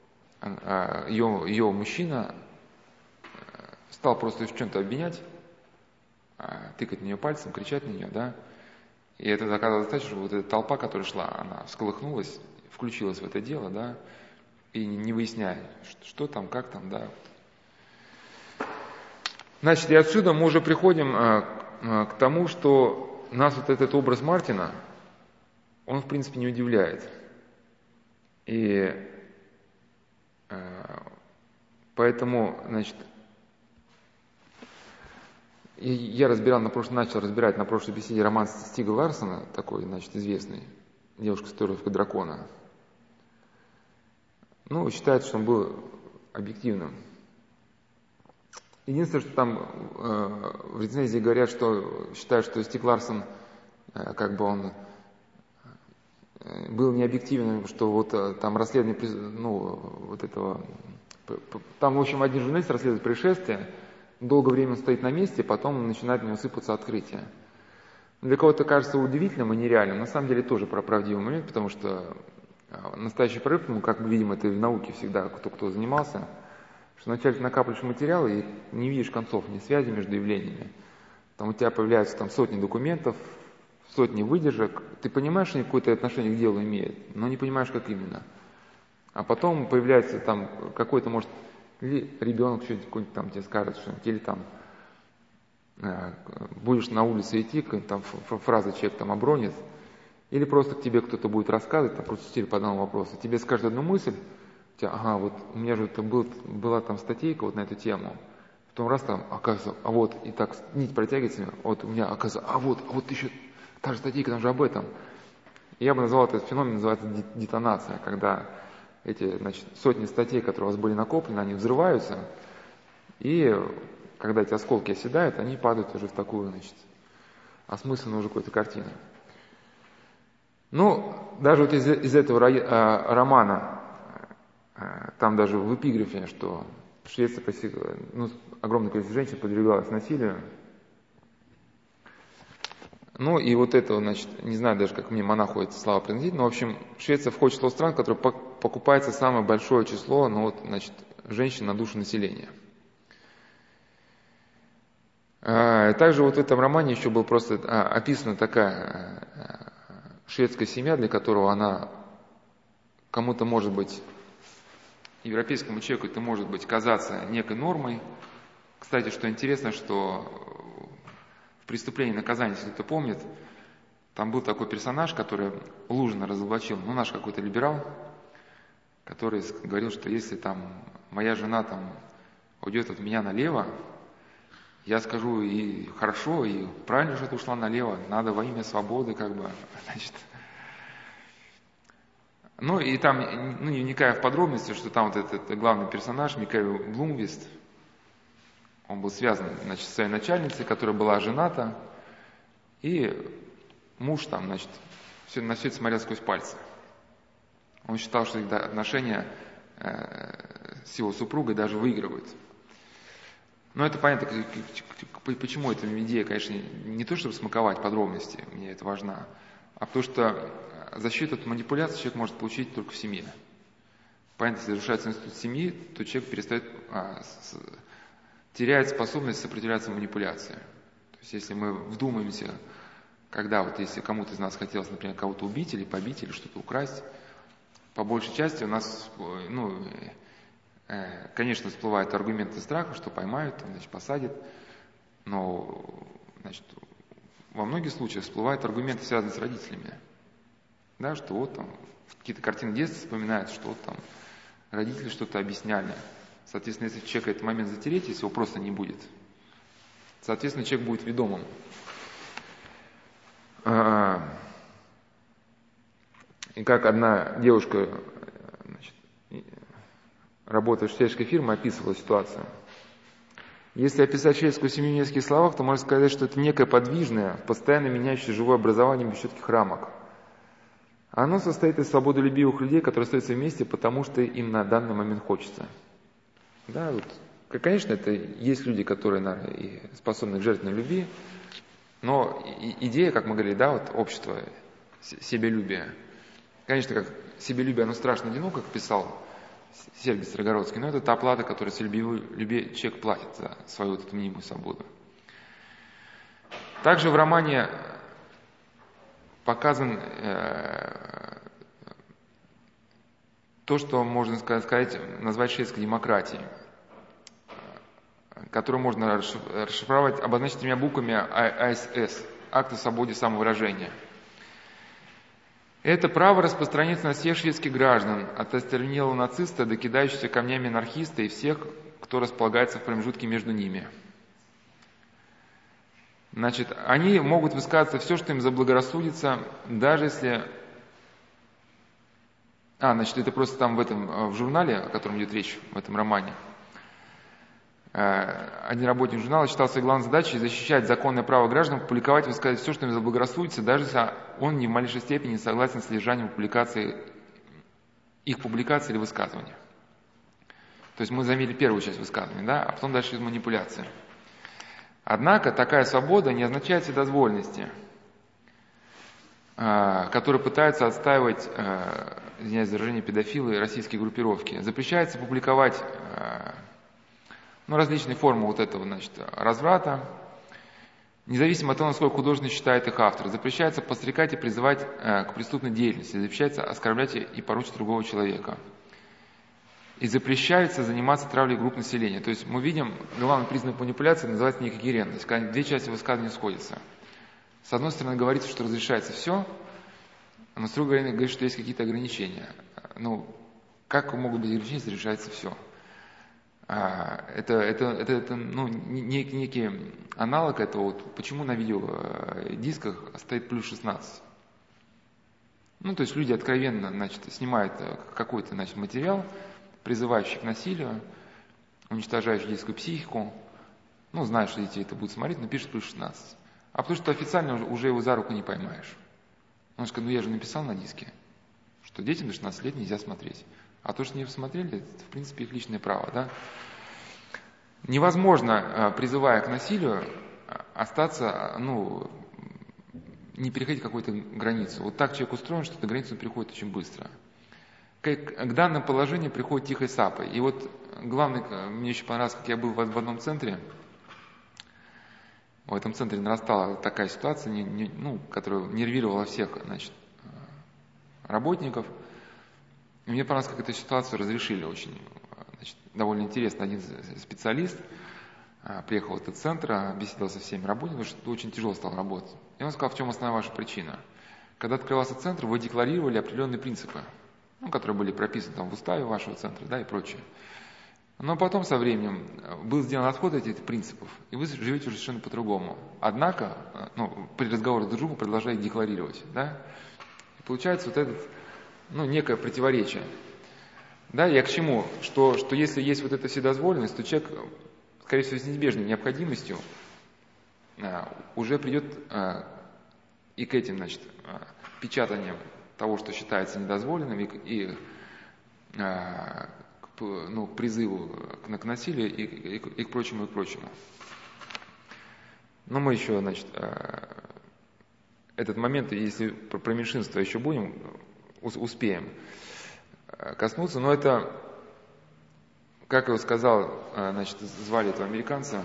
[SPEAKER 1] ее мужчина стал просто в чем-то обвинять, тыкать на нее пальцем, кричать на нее, да. И это оказалось достаточно, что вот эта толпа, которая шла, она всколыхнулась, включилась в это дело, да, и не выясняя, что там, как там, да. Значит, и отсюда мы уже приходим к тому, что нас вот этот образ Мартина, он, в принципе, не удивляет. И поэтому, значит, я начал разбирать на прошлой беседе роман Стига Ларсона, такой, значит, известный, «Девушка с татуировкой дракона». Считается, что он был объективным. Единственное, что там в рецензии говорят, что считают, что Стиг Ларсон, как бы он был необъективным, что вот там расследование, вот этого... Там, в общем, один журналист расследует происшествие, долгое время стоит на месте, потом начинает на него сыпаться открытия. Для кого-то кажется удивительным и нереальным, на самом деле тоже правдивый момент, потому что настоящий прорыв, как мы видим, это и в науке всегда, кто занимался, что вначале накапливаешь материал и не видишь концов, ни связи между явлениями. Там у тебя появляются там сотни документов, сотни выдержек. Ты понимаешь, что они какое-то отношение к делу имеют, но не понимаешь, как именно. А потом появляется там какой-то, может, или ребенок что-нибудь там тебе скажет, что-нибудь, или там будешь на улице идти, там фраза человек там обронит, или просто к тебе кто-то будет рассказывать, там просто по одному вопросу. Тебе скажет одну мысль, у тебя, вот у меня же это была там статейка вот на эту тему, потом раз там, оказывается, а вот, и так нить протягивается, вот у меня оказывается, а вот еще та же статейка, там же об этом. Я бы назвал этот феномен, называется детонация, когда эти, значит, сотни статей, которые у вас были накоплены, они взрываются, и когда эти осколки оседают, они падают уже в такую, значит, осмысленную уже какую-то картину. Даже вот из этого романа, там даже в эпиграфе, что в Швеции огромное количество женщин подвергалось насилию. И вот это, значит, не знаю даже, как мне монаху эти слова произносить, но, в общем, Швеция входит в число стран, в которых покупается самое большое число, значит, женщин на душу населения. Также вот в этом романе еще была просто описана такая шведская семья, для которого она кому-то может быть, европейскому человеку это может быть казаться некой нормой. Кстати, что интересно, что в «Преступлении и наказании», если кто помнит, там был такой персонаж, который Лужина разоблачил, наш какой-то либерал, который говорил, что если там моя жена там уйдет от меня налево, я скажу и хорошо, и правильно, что ты ушла налево, надо во имя свободы, значит. И там, не вникая в подробности, что там вот этот главный персонаж, Микаэль Блумквист, он был связан, значит, с своей начальницей, которая была жената, и муж там, значит, на все это смотрел сквозь пальцы. Он считал, что их отношения с его супругой даже выигрывают. Но это понятно, почему эта идея, конечно, не то, чтобы смаковать подробности, мне это важно, а потому что за счет этой манипуляции человек может получить только в семье. Понятно, если разрушается институт семьи, то человек теряет способность сопротивляться манипуляции. То есть если мы вдумаемся, если кому-то из нас хотелось, например, кого-то убить или побить, или что-то украсть, по большей части у нас, конечно, всплывают аргументы страха, что поймают, значит, посадят, но, значит, во многих случаях всплывают аргументы, связанные с родителями. Да, что вот там какие-то картины детства вспоминают, что вот там родители что-то объясняли. Соответственно, если человека этот момент затереть, если его просто не будет, соответственно, человек будет ведомым. И как одна девушка, значит, работая в шведской фирме, описывала ситуацию. Если описать шведскую семью в нескольких словах, то можно сказать, что это некое подвижное, постоянно меняющее живое образование без четких рамок. Оно состоит из свободолюбивых людей, которые остаются вместе, потому что им на данный момент хочется. Да, конечно, это есть люди, которые, наверное, и способны к жертвенной любви, но идея, как мы говорили, общество, себялюбие. Конечно, как себялюбие, оно страшно одиноко, как писал Сергий Строгородский, но это та плата, которую себялюбие человек платит за свою эту мнимую свободу. Также в романе показан то, что можно назвать шведской демократией, которую можно расшифровать, обозначить 3 буквами АСС – Акт о свободе самовыражения. Это право распространяется на всех шведских граждан, от остервенелого нациста до кидающегося камнями анархиста и всех, кто располагается в промежутке между ними. Значит, они могут высказывать все, что им заблагорассудится, даже если... это просто там в журнале, о котором идет речь, в этом романе. Один работник журнала считал своей главной задачей защищать законное право граждан публиковать и высказывать все, что им заблагорассудится, даже если он ни в малейшей степени не согласен с содержанием их публикации или высказывания. То есть мы заметили первую часть высказывания, а потом дальше из манипуляции. Однако такая свобода не означает вседозволенности, которые пытаются отстаивать, извиняюсь за выражение, педофилы и российские группировки. Запрещается публиковать различные формы этого, разврата, независимо от того, насколько художественно считает их автор. Запрещается подстрекать и призывать к преступной деятельности, запрещается оскорблять и порочить другого человека. И запрещается заниматься травлей групп населения. То есть мы видим, главный признак манипуляции называется некогерентность, когда 2 части высказывания сходятся. С одной стороны, говорится, что разрешается все, а с другой стороны, говорится, что есть какие-то ограничения. Как могут быть ограничения, если разрешается все? Это некий аналог этого, почему на видеодисках стоит плюс 16. То есть люди откровенно, снимают какой-то, материал, призывающий к насилию, уничтожающий детскую психику, знают, что дети это будут смотреть, но пишут плюс 16. А потому что официально уже его за руку не поймаешь. Он скажет, я же написал на диске, что детям до 16 лет нельзя смотреть. А то, что они посмотрели, это, в принципе, их личное право, да? Невозможно, призывая к насилию, остаться, не переходить какую-то границу. Вот так человек устроен, что эта граница приходит очень быстро. К данному положению приходит тихой сапой. И главное, мне еще понравилось, как я был в одном центре. В этом центре нарастала такая ситуация, которая нервировала всех, работников. И мне понравилось, как эту ситуацию разрешили очень, довольно интересно. Один специалист приехал в этот центр, беседовал со всеми работниками, потому что очень тяжело стало работать. И он сказал, в чем основная ваша причина. Когда открывался центр, вы декларировали определенные принципы, которые были прописаны там в уставе вашего центра, да, и прочее. Но потом со временем был сделан отход от этих принципов, и вы живете уже совершенно по-другому. Однако, при разговоре друг с другом продолжаете декларировать, да. И получается вот это, некое противоречие. Да, я к чему? Что если есть вот эта вседозволенность, то человек, скорее всего, с неизбежной необходимостью уже придет и к этим, печатаниям того, что считается недозволенным, и к призыву к насилию и к прочему, и к прочему. Но мы еще, этот момент, если про меньшинство еще будем, успеем коснуться, но это, как я сказал, звали этого американца,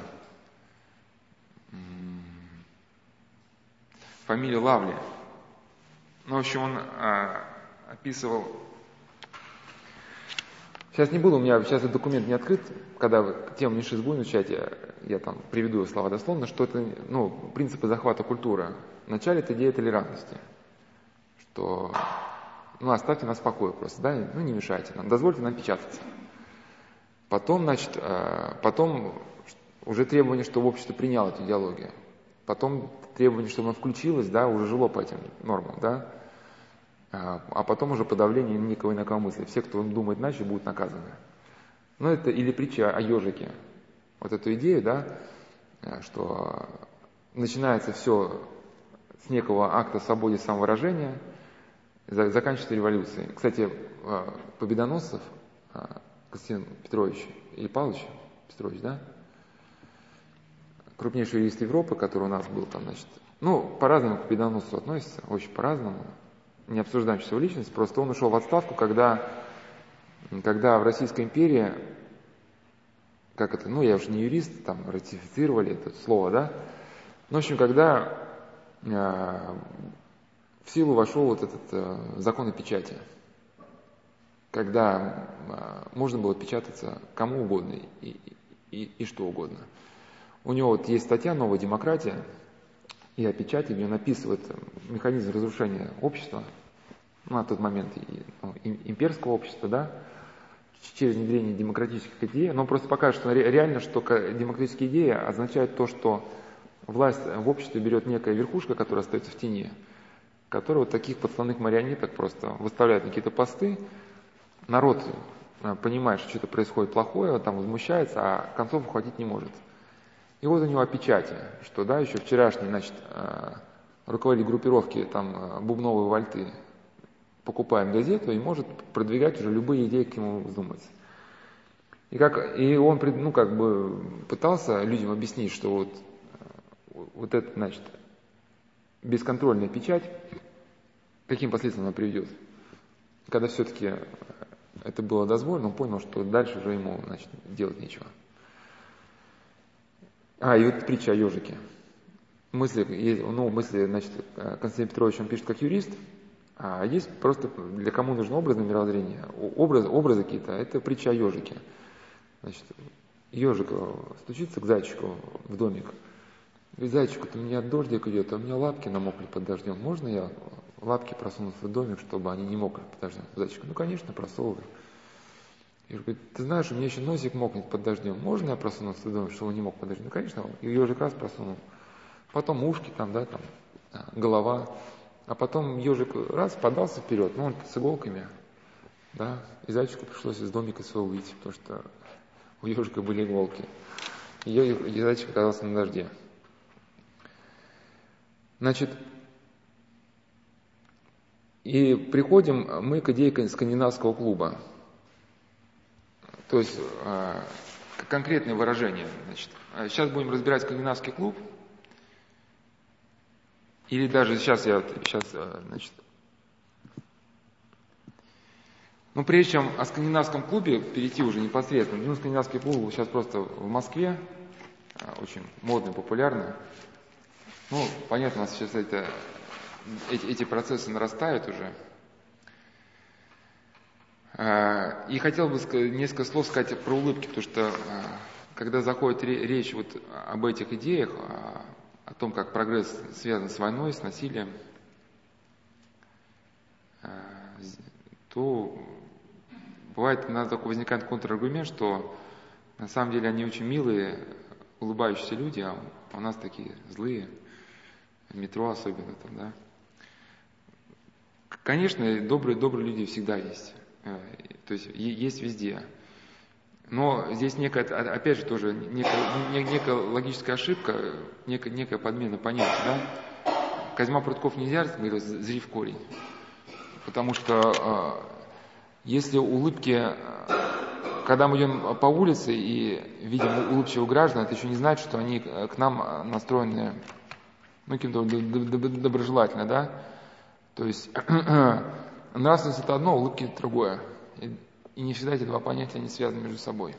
[SPEAKER 1] фамилия Лавли. В общем, он описывал... Сейчас не буду, у меня сейчас этот документ не открыт, когда тему меньшинств будем изучать, я там приведу слова дословно, что это, принципы захвата культуры. Вначале это идея толерантности, что, оставьте нас в покое просто, да, не мешайте нам, дозвольте нам печататься. Потом, потом уже требование, чтобы общество приняло эту идеологию. Потом требование, чтобы оно включилось, да, уже жило по этим нормам, да. А потом уже подавление некого инакомыслия. Все, кто думает иначе, будут наказаны. Это или притча о ежике. Вот эту идею, да, что начинается все с некого акта свободы самовыражения, заканчивается революцией. Кстати, Победоносцев Константин Петрович и Павлович Петрович, да, крупнейший юрист Европы, который у нас был там, по-разному к Победоносцу относится, очень по-разному. Не обсуждаем сейчас его личность, просто он ушел в отставку, когда в Российской империи, я уж не юрист, там ратифицировали это слово, да, в общем, когда в силу вошел вот этот закон о печати, когда можно было печататься кому угодно и что угодно. У него есть статья «Новая демократия» и о печати, где он описывает механизм разрушения общества, на тот момент имперского общества, да, через внедрение демократических идей. Но он просто покажет, что реально, что демократические идеи означают то, что власть в обществе берет некая верхушка, которая остается в тени, которая вот таких подставных марионеток просто выставляет на какие-то посты. Народ понимает, что что-то происходит плохое, там возмущается, а концов ухватить не может. И вот у него о печати, что, да, еще вчерашний, руководитель группировки, там, Бубновой Вальты, покупает газету и может продвигать уже любые идеи, к нему вздумается. И он, пытался людям объяснить, что вот это, бесконтрольная печать, каким последствиям она приведет. Когда все-таки это было дозволено, он понял, что дальше уже ему, делать нечего. И вот притча о ежике. Мысли, Константин Петрович, он пишет как юрист, а есть просто для кому нужно образное мировоззрение. Образы какие-то, это притча о ежике. Ежик стучится к зайчику в домик. Говорит, зайчику-то у меня дождик идет, а у меня лапки намокли под дождем. Можно я лапки просуну в свой домик, чтобы они не мокли под дождем? Зайчик, конечно, просовывай. Ежик говорит, ты знаешь, у меня еще носик мокнет под дождем. Можно я просуну в свой домик, чтобы он не мог под дождем? Конечно. И ежик раз просунул. Потом ушки голова. А потом ежик раз подался вперед, он с иголками, да, и зайчику пришлось из домика своего выйти, потому что у ежика были иголки. И зайчик оказался на дожде. И приходим мы к идее скандинавского клуба. То есть конкретное выражение. Сейчас будем разбирать скандинавский клуб. Или даже прежде чем о скандинавском клубе перейти уже непосредственно, скандинавский клуб сейчас просто в Москве, очень модный, популярный. Понятно, у нас сейчас эти процессы нарастают уже. И хотел бы несколько слов сказать про улыбки, потому что когда заходит речь вот об этих идеях, о том, как прогресс связан с войной, с насилием, то бывает иногда только возникает контраргумент, что на самом деле они очень милые, улыбающиеся люди, а у нас такие злые, в метро особенно там, да. Конечно, добрые люди всегда есть, то есть есть везде. Но здесь некая, опять же, тоже некая логическая ошибка, некая подмена понятия, да. Козьма Прутков нельзя говорить, зри в корень. Потому что если улыбки, когда мы идем по улице и видим улыбчивых граждан, это еще не значит, что они к нам настроены, каким-то доброжелательно, да. То есть нравственность это одно, улыбки это другое. И не всегда эти два понятия не связаны между собой.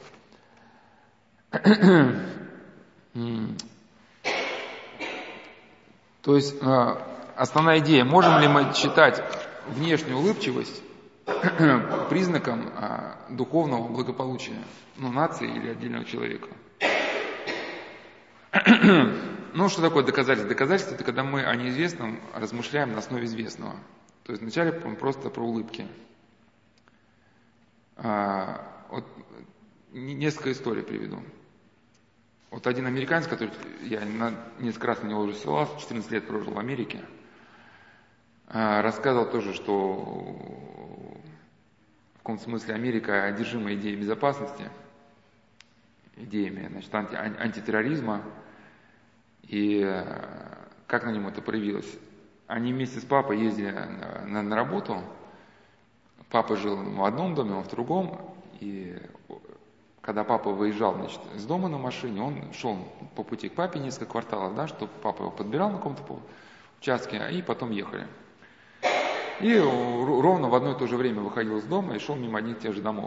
[SPEAKER 1] То есть основная идея, можем ли мы считать внешнюю улыбчивость признаком духовного благополучия, нации или отдельного человека? Что такое доказательство? Доказательство – это когда мы о неизвестном размышляем на основе известного. То есть вначале просто про улыбки. Вот несколько историй приведу. Вот один американец, который я несколько раз на него уже ссылался, 14 лет прожил в Америке, рассказывал тоже, что в каком-то смысле Америка одержима идеей безопасности, идеями, антитерроризма, и как на нем это проявилось. Они вместе с папой ездили на работу. Папа жил в одном доме, он в другом. И когда папа выезжал, из дома на машине, он шел по пути к папе несколько кварталов, да, чтобы папа его подбирал на каком-то участке, и потом ехали. И ровно в одно и то же время выходил из дома и шел мимо одних и тех же домов.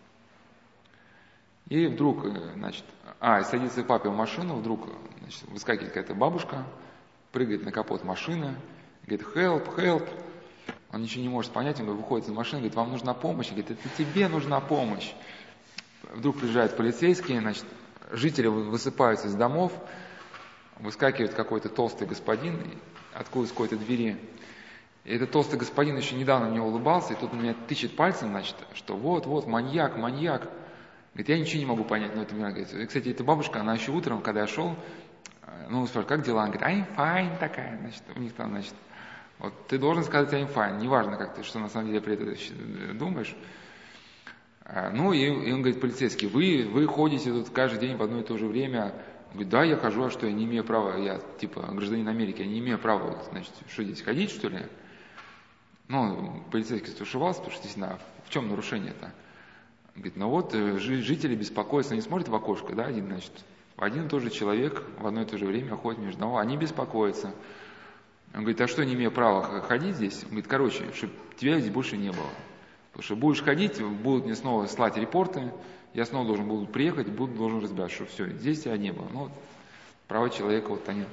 [SPEAKER 1] И вдруг, садится папе в машину, вдруг, выскакивает какая-то бабушка, прыгает на капот машины, говорит, help. Он ничего не может понять, он выходит из машины, говорит, вам нужна помощь? Он говорит, это тебе нужна помощь. Вдруг приезжают полицейские, жители высыпаются из домов, выскакивает какой-то толстый господин, откуда из какой-то двери. И этот толстый господин еще недавно мне улыбался, и тут он меня тычет пальцем, что вот, маньяк. Говорит, я ничего не могу понять, но это мне говорит. И, кстати, эта бабушка, она еще утром, когда я шел, спрашиваю, как дела? Она говорит, I'm fine такая, у них там, вот ты должен сказать I'm fine, неважно, как ты, что на самом деле при этом думаешь. И он говорит, полицейский, вы ходите тут каждый день в одно и то же время. Он говорит, да, я хожу, а что, я не имею права, я гражданин Америки, я не имею права, что здесь, ходить, что ли? Полицейский стушевался, потому что, действительно, в чем нарушение-то? Он говорит, жители беспокоятся, они смотрят в окошко, да, один и тот же человек в одно и то же время ходит между домов, они беспокоятся. Он говорит, а что, не имею права ходить здесь? Он говорит, чтобы тебя здесь больше не было. Потому что будешь ходить, будут мне снова слать репорты, я снова буду приехать, должен разбирать, что все, здесь тебя не было. Права человека, они.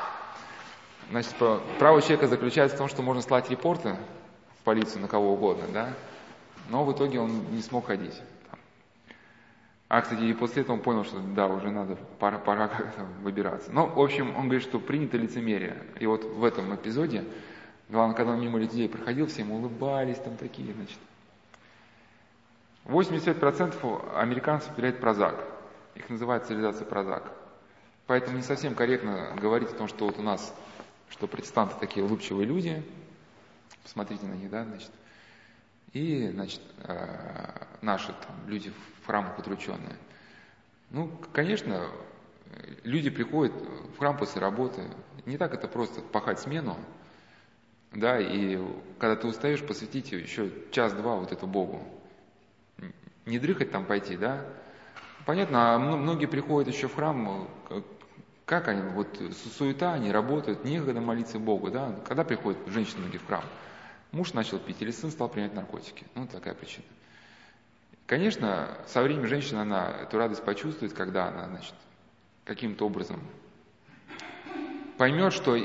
[SPEAKER 1] Право человека заключается в том, что можно слать репорты в полицию на кого угодно, да, но в итоге он не смог ходить. Кстати, и после этого он понял, что да, уже пора как-то выбираться. В общем, он говорит, что принято лицемерие. И вот в этом эпизоде, когда он мимо людей проходил, все ему улыбались, такие, 85% американцев употребляют Прозак. Их называют цивилизация Прозак. Поэтому не совсем корректно говорить о том, что вот у нас, что протестанты такие улыбчивые люди. Посмотрите на них, да, И, наши люди в храмах утрученные. Конечно, люди приходят в храм после работы. Не так это просто пахать смену, да, и когда ты устаешь, посвятить еще час-два вот это Богу. Не дрыхать там пойти, да. Понятно, многие приходят еще в храм, как они, суета, они работают, некогда молиться Богу, да. Когда приходят женщины многие в храм? Муж начал пить или сын стал принимать наркотики. Такая причина. Конечно, со временем женщина, она эту радость почувствует, когда она, каким-то образом поймет, что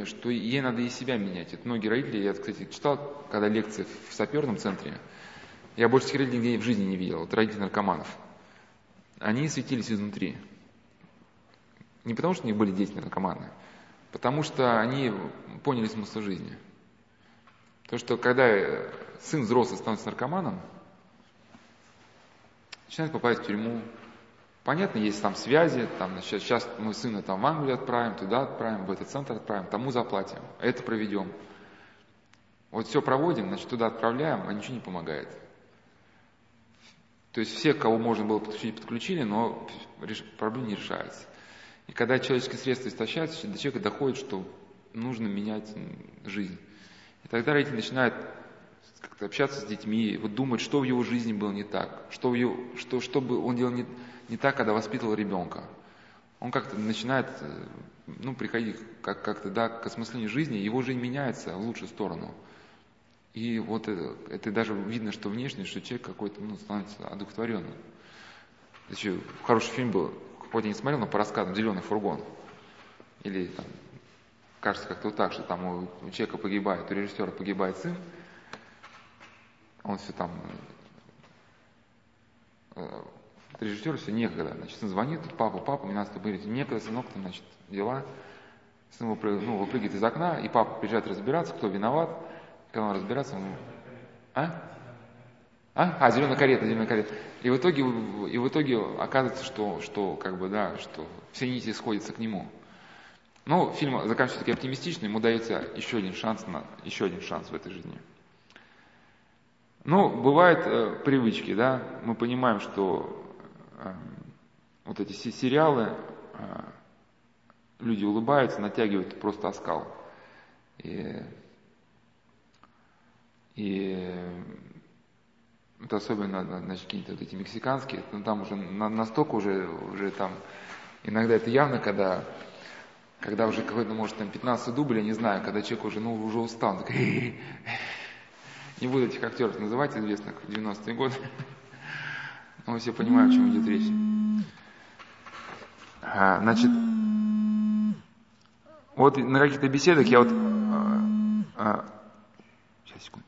[SPEAKER 1] ей надо и себя менять. Это многие родители, я, кстати, читал, когда лекции в саперном центре, Я больше таких родителей в жизни не видел, вот родители наркоманов. Они светились изнутри. Не потому, что у них были дети наркоманы, потому что они поняли смысл жизни. То, что когда сын взрослый становится наркоманом, начинает попадать в тюрьму. Понятно, есть там связи, там, сейчас мы сына там в Англию отправим, туда отправим, в этот центр отправим, тому заплатим, это проведем. Вот все проводим, значит, туда отправляем, а ничего не помогает. То есть всех, кого можно было подключить, подключили, но проблема не решается. И когда человеческие средства истощаются, до человека доходит, что нужно менять жизнь. И тогда родители начинают как-то общаться с детьми, вот думать, что в его жизни было не так, что бы он делал не так, когда воспитывал ребенка. Он как-то начинает приходить как-то к осмыслению жизни, его жизнь меняется в лучшую сторону. И вот это даже видно, что внешне, что человек какой-то становится одухотворенным. Еще хороший фильм был, хоть я не смотрел, но по рассказам «Зеленый фургон». Или там, кажется, как-то вот так, что там у человека погибает, у режиссера погибает сын, он все там, режиссеру все некогда, значит, сын звонит, папа, мне надо с тобой говорить, некогда, сынок, там, значит, дела. Сын выпрыгивает из окна, и папа приезжает разбираться, кто виноват. Когда он разбирается, он... Зеленая карета. И в итоге оказывается, что все нити сходятся к нему. Но фильм заканчивается таки оптимистично, ему дается еще один шанс в этой жизни. Но бывают привычки, да, мы понимаем, что вот эти сериалы, люди улыбаются, натягивают просто оскал. И это особенно, значит, какие-то вот эти мексиканские, там уже настолько уже там, иногда это явно, когда уже какой-то, может, там 15 дубль, я не знаю, когда человек уже устал, такой, не буду этих актеров называть, известных в 90-е годы, но все понимают, о чем идет речь. Значит, вот на каких-то беседах я вот... Сейчас, секунду.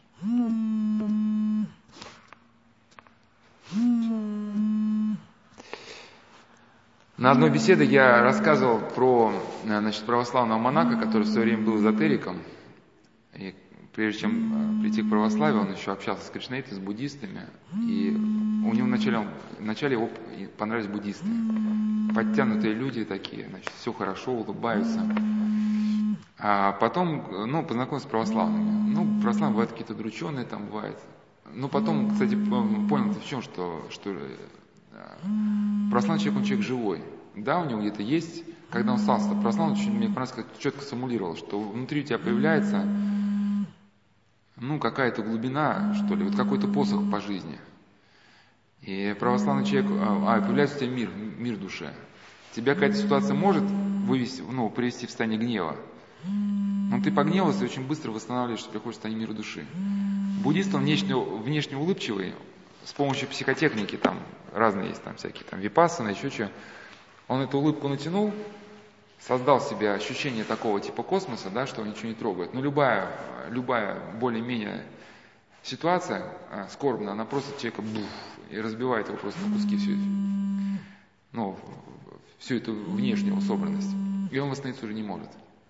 [SPEAKER 1] На одной беседе я рассказывал про, значит, православного монаха, который в свое время был эзотериком. И прежде чем прийти к православию, он еще общался с кришнаитами, с буддистами. И у него вначале его понравились буддисты. Подтянутые люди такие, значит, все хорошо, улыбаются. А потом, познакомился с православными. Православные бывают какие-то друченые, там бывает. Потом, кстати, понял в чем, что православный человек, он человек живой. Да, у него где-то есть, когда он стал православным, мне понравилось, четко сформулировал, что внутри у тебя появляется, какая-то глубина, что ли, вот какой-то посох по жизни. И православный человек, появляется у тебя мир в душе. Тебя какая-то ситуация может привести в состояние гнева. Но ты погневался и очень быстро восстанавливаешься, приходишь в состояние мира души. Буддист, он внешне улыбчивый, с помощью психотехники, там разные есть, там всякие, там випассаны, еще что. Он эту улыбку натянул, создал себе ощущение такого типа космоса, да, что его ничего не трогает. Но любая более-менее ситуация скорбная, она просто человека и разбивает его просто на куски всю эту внешнюю собранность. И он восстановиться уже не может.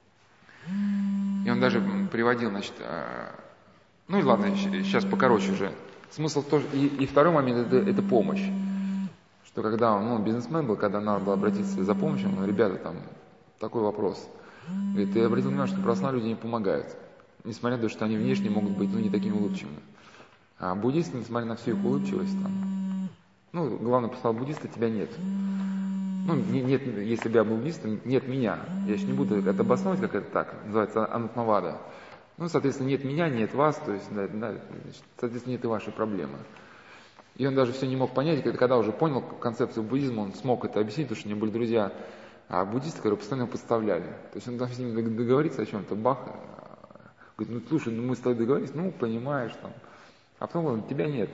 [SPEAKER 1] И он даже приводил, значит, ладно, сейчас покороче уже. Смысл тоже, и второй момент это помощь. Что когда он бизнесмен был, когда надо было обратиться за помощью, ребята, там такой вопрос. Говорит, ты обратил внимание, что православные люди не помогают. Несмотря на то, что они внешне могут быть не такими улыбчивыми. А буддисты, несмотря на всю их улыбчивость, главный послал буддиста, тебя нет. Нет, если бы я был буддистом, нет меня. Я еще не буду это обосновывать, как это так, называется анатмавада. Соответственно, нет меня, нет вас, то есть, соответственно, нет и вашей проблемы. И он даже все не мог понять, когда уже понял концепцию буддизма, он смог это объяснить, потому что у него были друзья буддисты, которые постоянно его подставляли. То есть он там с ними договорится о чем-то, бах, говорит, слушай, мы с тобой договорились, понимаешь, там. А потом говорит, тебя нет.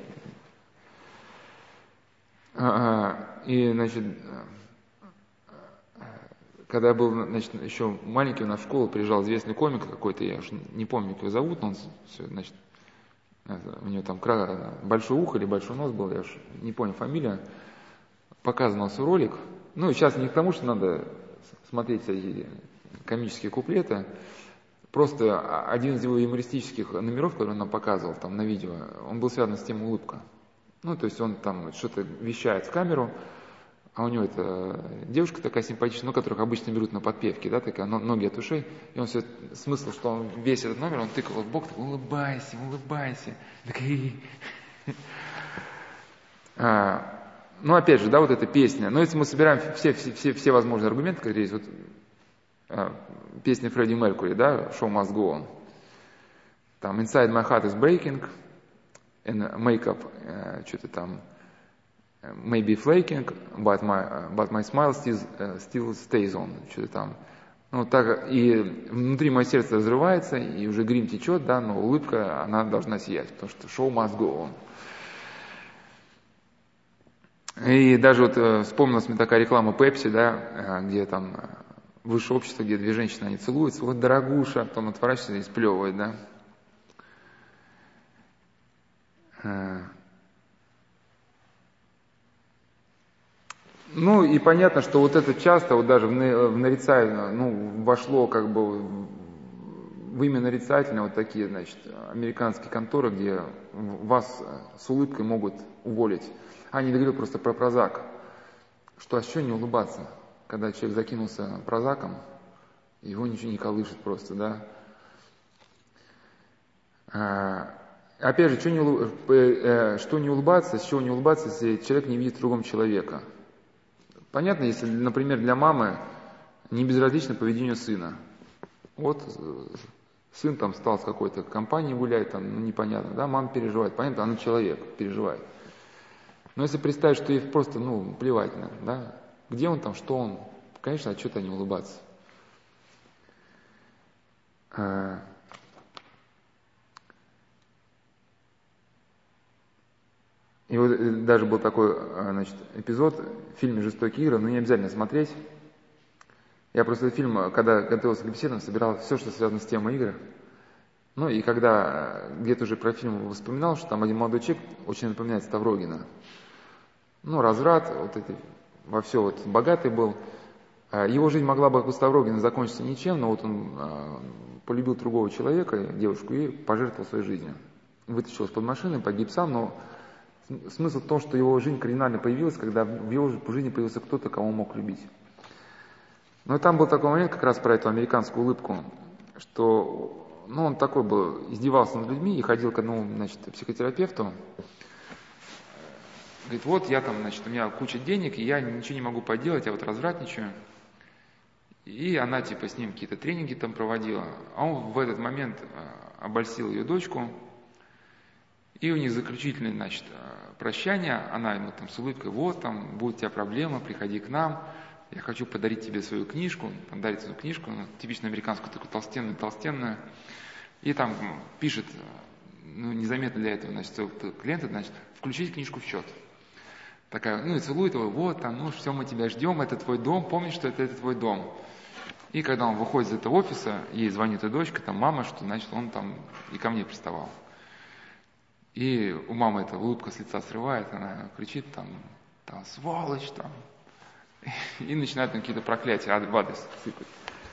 [SPEAKER 1] И, значит, когда я был, значит, еще маленький, у нас в школу приезжал известный комик какой-то, я уж не помню, как его зовут, но он, значит, у нее там большое ухо или большой нос был, я уж не помню фамилия, показывался ролик. Ну, сейчас не к тому, что надо смотреть эти комические куплеты, просто один из его юмористических номеров, который он нам показывал там на видео, он был связан с темой улыбка. Ну, то есть он там что-то вещает в камеру, а у него это девушка такая симпатичная, ну, которых обычно берут на подпевки, да, такая, ноги от ушей, и он все, смысл, что он весь этот номер, он тыкал в бок, такой, улыбайся, улыбайся. Ну, опять же, да, вот эта песня, но если мы собираем все возможные аргументы, которые есть, вот песня Фредди Меркьюри, да, Show Must Go On, там Inside My Heart is Breaking, and Makeup, что-то там, Maybe flaking, but my smile still stays on. Что-то там. Ну, так, и внутри мое сердце разрывается, и уже грим течет, да, но улыбка, она должна сиять, потому что show must go on. И даже вот вспомнилась мне такая реклама Pepsi, да, где там высшее общество, где две женщины, они целуются, вот дорогуша, потом отворачивается и сплевывает, да. Ну и понятно, что вот это часто вот даже в нарицательное, ну, вошло как бы в имя нарицательное вот такие, значит, американские конторы, где вас с улыбкой могут уволить. А, не договорил просто про прозак, что а что не улыбаться, когда человек закинулся прозаком, его ничего не колышет просто, да. Опять же, что не улыбаться, с чего не улыбаться, если человек не видит в другом человека. Понятно, если, например, для мамы не безразлично поведение сына. Вот сын там стал с какой-то компанией гулять, там, ну, непонятно, да, мама переживает. Понятно, она человек, переживает. Но если представить, что ей просто, ну, плевать, да, где он там, что он, конечно, а что-то не улыбаться. И вот даже был такой, значит, эпизод в фильме «Жестокие игры», но не обязательно смотреть. Я просто этот фильм, когда готовился к беседам, собирал все, что связано с темой игр. Ну и когда где-то уже про фильм вспоминал, что там один молодой человек очень напоминает Ставрогина. Ну, разврат, вот это, во все вот богатый был. Его жизнь могла бы у Ставрогина закончиться ничем, но вот он полюбил другого человека, девушку, и пожертвовал своей жизнью. Вытащил из-под машины, погиб сам, но смысл в том, что его жизнь кардинально появилась, когда в его жизни появился кто-то, кого он мог любить. Но там был такой момент как раз про эту американскую улыбку, что, ну, он такой был, издевался над людьми и ходил к одному, значит, психотерапевту. Говорит, вот я там, значит, у меня куча денег, и я ничего не могу поделать, я вот развратничаю. И она типа с ним какие-то тренинги там проводила. А он в этот момент обольстил ее дочку. И у них заключительное, значит, прощание, она ему там с улыбкой, вот там, будет у тебя проблема, приходи к нам, я хочу подарить тебе свою книжку, там дарит свою книжку, типично американскую, такую толстенную, и там пишет, ну, незаметно для этого, значит, своего клиента, значит, включить книжку в счет. Такая, ну и целует его, вот там, ну все, мы тебя ждем, это твой дом, помни, что это твой дом. И когда он выходит из этого офиса, ей звонит и дочка, там мама, что, значит, он там и ко мне приставал. И у мамы эта улыбка с лица срывает, она кричит там сволочь там, и начинает какие-то проклятия в адрес сыпать.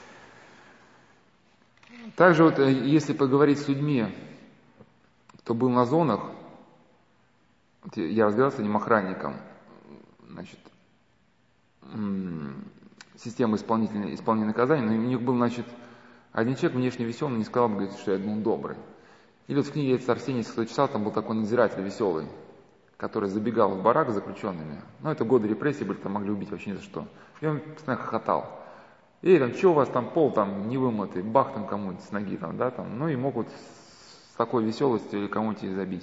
[SPEAKER 1] Также вот, если поговорить с людьми, кто был на зонах, вот я разговаривал с одним охранником, значит, система исполнения наказаний, но у них был, значит, один человек внешне веселый, не сказал бы, говорит, что я думал, добрый. Или вот в книге Арсений, кто читал, там был такой надзиратель веселый, который забегал в барак с заключенными. Ну, это годы репрессий были, там могли убить вообще ни за что. И он постоянно хохотал. И там, что у вас там пол там не вымытый, бах там кому-нибудь с ноги там, да, там. Ну и могут с такой веселостью или кому-нибудь и забить.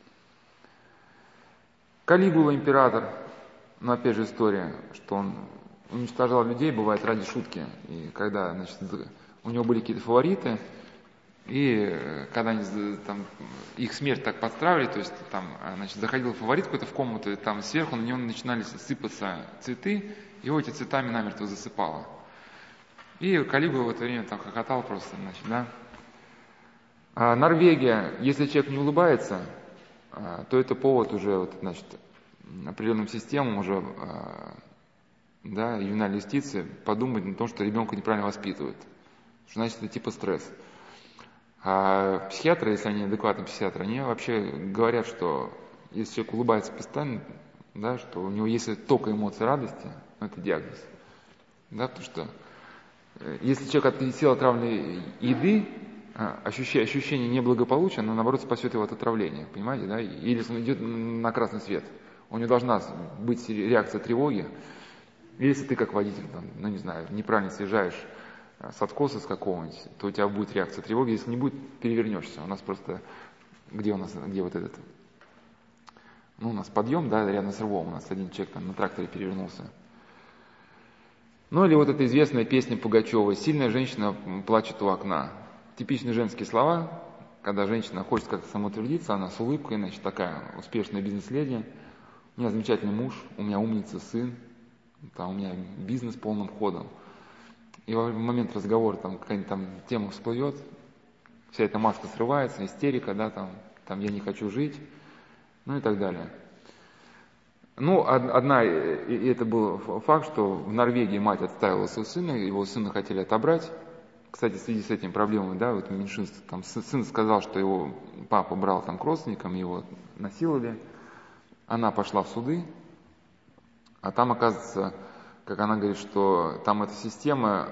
[SPEAKER 1] Калигула император, но опять же история, что он уничтожал людей, бывает, ради шутки. И когда, значит, у него были какие-то фавориты, и когда они там, их смерть так подстраивали, то есть там, значит, заходил фаворит какой-то в комнату, и там сверху на него начинали сыпаться цветы, его эти цветами намертво засыпало. И Калигула в это время там хохотал просто, значит, да. А Норвегия, если человек не улыбается, то это повод уже, определенным системам уже, ювенальной юстиции подумать о том, что ребенка неправильно воспитывают. Значит, это типа стресс. А психиатры, если они адекватные психиатры, они вообще говорят, что если человек улыбается постоянно, что у него есть только эмоции радости, это диагноз. Потому что если человек съел отравленной еды, ощущение неблагополучия, оно, наоборот, спасет его от отравления, понимаете, да? Или если он идет на красный свет, у него должна быть реакция тревоги. Или если ты, как водитель, неправильно съезжаешь с откоса с какого-нибудь, то у тебя будет реакция тревоги. Если не будет, перевернешься. У нас просто, где вот этот, у нас подъем, рядом с рвом, у нас один человек там на тракторе перевернулся. Или вот эта известная песня Пугачевой «Сильная женщина плачет у окна». Типичные женские слова, когда женщина хочет как-то самоутвердиться, она с улыбкой, такая успешная бизнес-леди. У меня замечательный муж, у меня умница сын, у меня бизнес полным ходом. И в момент разговора какая-нибудь тема всплывет, вся эта маска срывается, истерика, я не хочу жить, и так далее. И это был факт, что в Норвегии мать отставила своего сына, его сына хотели отобрать. Кстати, в связи с этими проблемами, меньшинство, сын сказал, что его папа брал к родственникам, его насиловали. Она пошла в суды, а там, оказывается, как она говорит, что там эта система,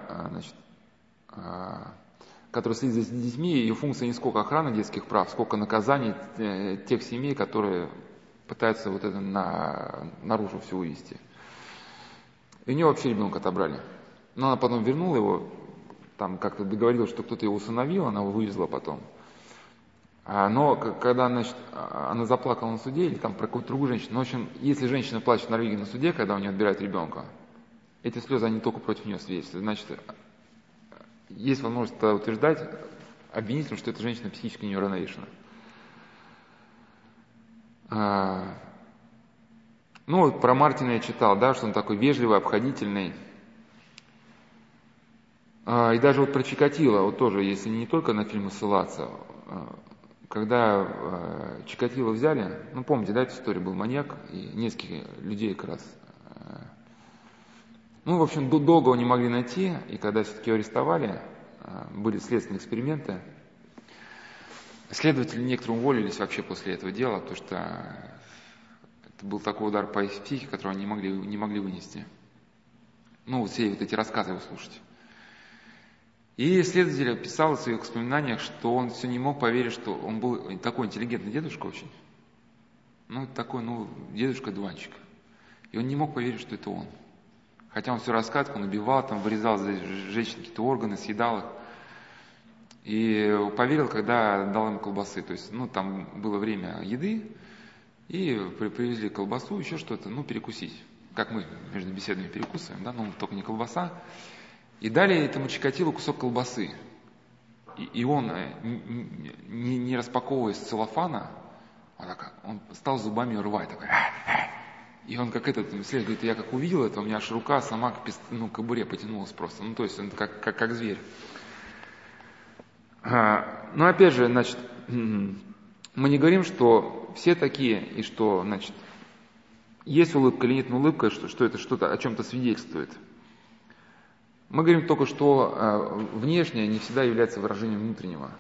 [SPEAKER 1] которая следит за детьми, ее функция не сколько охраны детских прав, сколько наказаний тех семей, которые пытаются это наружу все вывести. И у нее вообще ребенка отобрали. Но она потом вернула его, как-то договорилась, что кто-то его усыновил, она его вывезла потом. Но когда, она заплакала на суде, или про какую-то другую женщину, в общем, если женщина плачет в Норвегии на суде, когда у нее отбирают ребенка, эти слезы, они только против нее свидетельствуют. Значит, есть возможность утверждать обвинителям, что эта женщина психически неуравновешена. Про Мартина я читал, что он такой вежливый, обходительный. И даже про Чикатило, тоже, если не только на фильмы ссылаться, когда Чикатило взяли, помните, эту историю, был маньяк, и несколько людей как раз. В общем, долго его не могли найти, и когда все-таки его арестовали, были следственные эксперименты, следователи некоторые уволились вообще после этого дела, потому что это был такой удар по их психике, который они не могли вынести. Все эти рассказы его слушать. И следователь писал в своих воспоминаниях, что он все не мог поверить, что он был такой интеллигентный дедушка очень. Такой, дедушка-дуванчик. И он не мог поверить, что это он. Хотя он все рассказывал, он убивал, вырезал женщин какие-то органы, съедал их. И поверил, когда дал ему колбасы. То есть, там было время еды, и привезли колбасу, еще что-то, перекусить. Как мы между беседами перекусываем, только не колбаса. И дали этому Чикатило кусок колбасы. И он, не распаковываясь с целлофана, он стал зубами рвать. Такой, и он как следует, говорит, я как увидел это, у меня аж рука сама к кобуре потянулась просто. То есть он как зверь. Опять же, мы не говорим, что все такие, и что, есть улыбка или нет улыбка, что это что-то о чем-то свидетельствует. Мы говорим только, что внешнее не всегда является выражением внутреннего.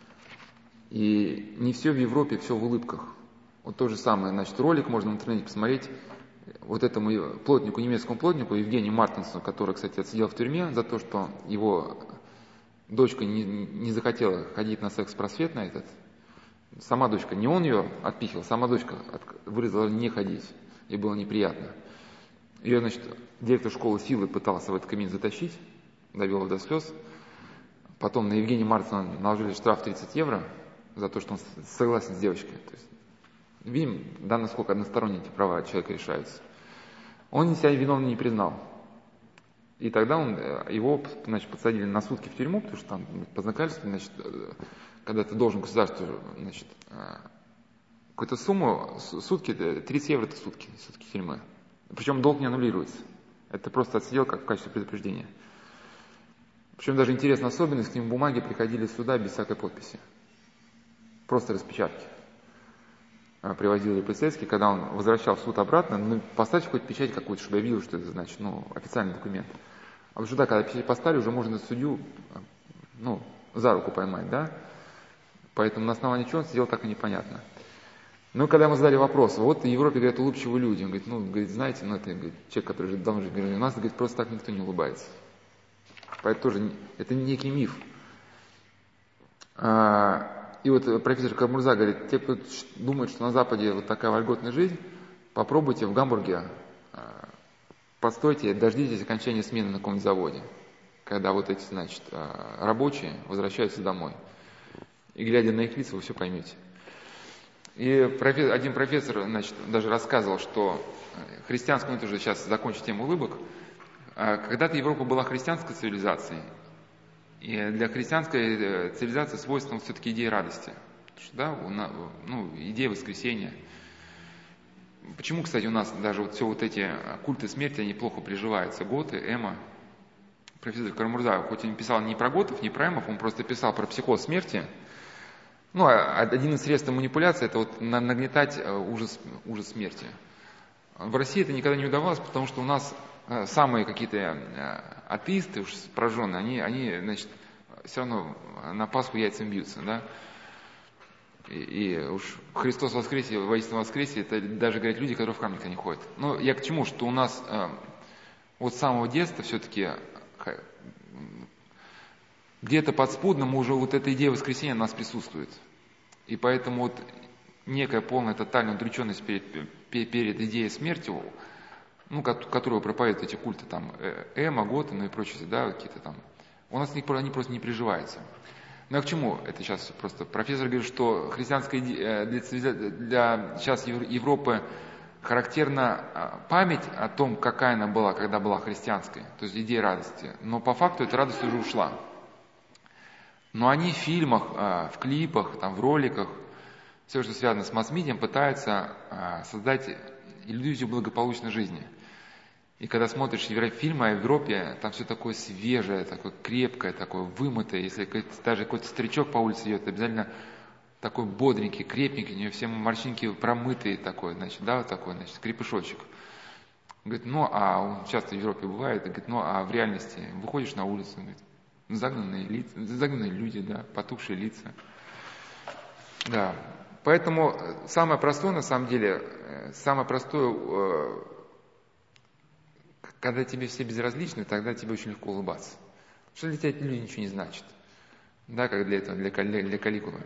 [SPEAKER 1] И не все в Европе, все в улыбках. То же самое, ролик можно в интернете посмотреть, этому плотнику, немецкому плотнику, Евгению Мартинсу, который, кстати, отсидел в тюрьме за то, что его дочка не захотела ходить на секс-просвет на этот. Сама дочка, не он ее отпихивал, сама дочка вырезала не ходить, ей было неприятно. Ее, директор школы силы пытался в этот камин затащить, довел его до слез. Потом на Евгения Мартина наложили штраф 30 евро за то, что он согласен с девочкой. То есть, видим, насколько односторонние эти права человека решаются. Он себя виновным не признал. И тогда его подсадили на сутки в тюрьму, потому что там по законодательству, когда ты должен государству, какую-то сумму, сутки, 30 евро это сутки тюрьмы. Причем долг не аннулируется. Это просто отсидел как в качестве предупреждения. Причем даже интересная особенность, к ним бумаги приходили сюда без всякой подписи. просто распечатки. Привозили полицейские, когда он возвращал в суд обратно, поставьте хоть печать какую-то, чтобы я видел, что это значит, официальный документ. А вот сюда, когда печать поставили, уже можно судью, за руку поймать, да? Поэтому на основании чего он сидел, так и непонятно. Когда мы задали вопрос, вот в Европе, говорят, улыбчивые люди, он говорит, знаете, это человек, который давно живет, говорит, у нас, говорит, просто так никто не улыбается. Поэтому тоже, это некий миф. И вот профессор Карамурза говорит, те, кто думает, что на Западе вот такая вольготная жизнь, попробуйте в Гамбурге, постойте, дождитесь окончания смены на каком-нибудь заводе, когда вот эти, рабочие возвращаются домой. И глядя на их лица, вы все поймете. И один профессор, даже рассказывал, что христианскую, это уже сейчас закончу тему улыбок, когда-то Европа была христианской цивилизацией, и для христианской цивилизации свойственна все-таки идея радости. Идея воскресения. Почему, кстати, у нас даже все вот эти культы смерти, они плохо приживаются? Готы, эмо. Профессор Карамурза, хоть он писал не про готов, не про эмов, он просто писал про психоз смерти. Один из средств манипуляции – это вот нагнетать ужас смерти. В России это никогда не удавалось, потому что у нас самые какие-то атеисты уж пораженные, они все равно на Пасху яйцем бьются, да? И уж Христос воскресе, воистину воскресе, это даже, говорят, люди, которые в храм никогда не ходят. Но я к чему? Что у нас вот с самого детства все-таки где-то подспудно уже вот эта идея воскресения у нас присутствует. И поэтому вот некая полная тотальная удрученность перед идеей смерти, которую проповедуют эти культы, эмо, готы, и прочие, да, какие-то там, у нас они просто не приживаются. Но к чему это сейчас просто? Профессор говорит, что христианская для сейчас Европы характерна память о том, какая она была, когда была христианской, то есть идея радости. Но по факту эта радость уже ушла. Но они в фильмах, в клипах, в роликах, все, что связано с масс-медиа, пытаются создать иллюзию благополучной жизни. И когда смотришь фильмы о Европе, там все такое свежее, такое крепкое, такое вымытое. Если даже какой-то старичок по улице идет, обязательно такой бодренький, крепенький, у него все морщинки промытые такой, крепышочек. Говорит, он часто в Европе бывает, говорит, в реальности выходишь на улицу, говорит, загнанные люди, да, потухшие лица. Да. Поэтому самое простое, на самом деле, когда тебе все безразличны, тогда тебе очень легко улыбаться. Потому что для тебя эти люди ничего не значат. Да, как для этого, для Калигулы.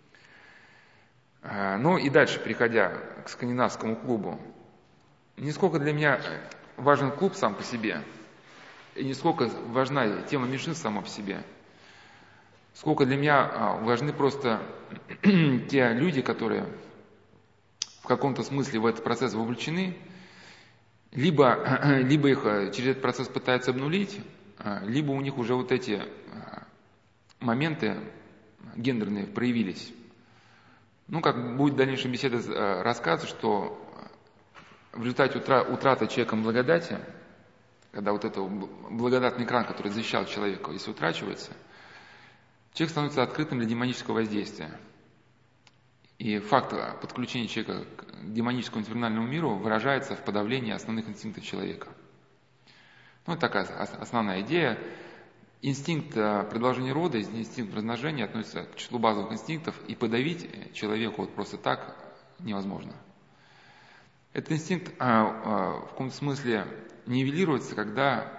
[SPEAKER 1] И дальше, переходя к скандинавскому клубу, не сколько для меня важен клуб сам по себе, и не сколько важна тема меньшинств сама по себе, сколько для меня важны просто те люди, которые в каком-то смысле в этот процесс вовлечены, либо их через этот процесс пытаются обнулить, либо у них уже вот эти моменты гендерные проявились. Как будет в дальнейшей беседе рассказывать, что в результате утраты человеком благодати, когда вот этот благодатный экран, который защищал человека, если утрачивается, человек становится открытым для демонического воздействия. И факт подключения человека к демоническому инфернальному миру выражается в подавлении основных инстинктов человека. Это такая основная идея. Инстинкт продолжения рода, инстинкт размножения относится к числу базовых инстинктов, и подавить человеку просто так невозможно. Этот инстинкт в каком-то смысле нивелируется, когда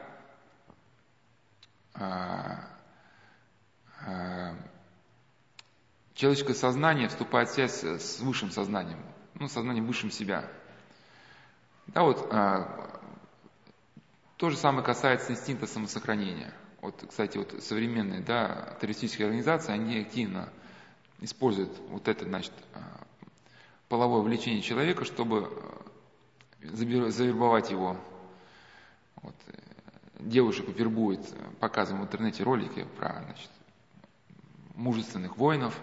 [SPEAKER 1] человеческое сознание вступает в связь с высшим сознанием, сознанием высшим себя. То же самое касается инстинкта самосохранения. Кстати, современные, террористические организации, они активно используют это, половое влечение человека, чтобы завербовать его. Девушек вербуют, показывают в интернете ролики про, мужественных воинов,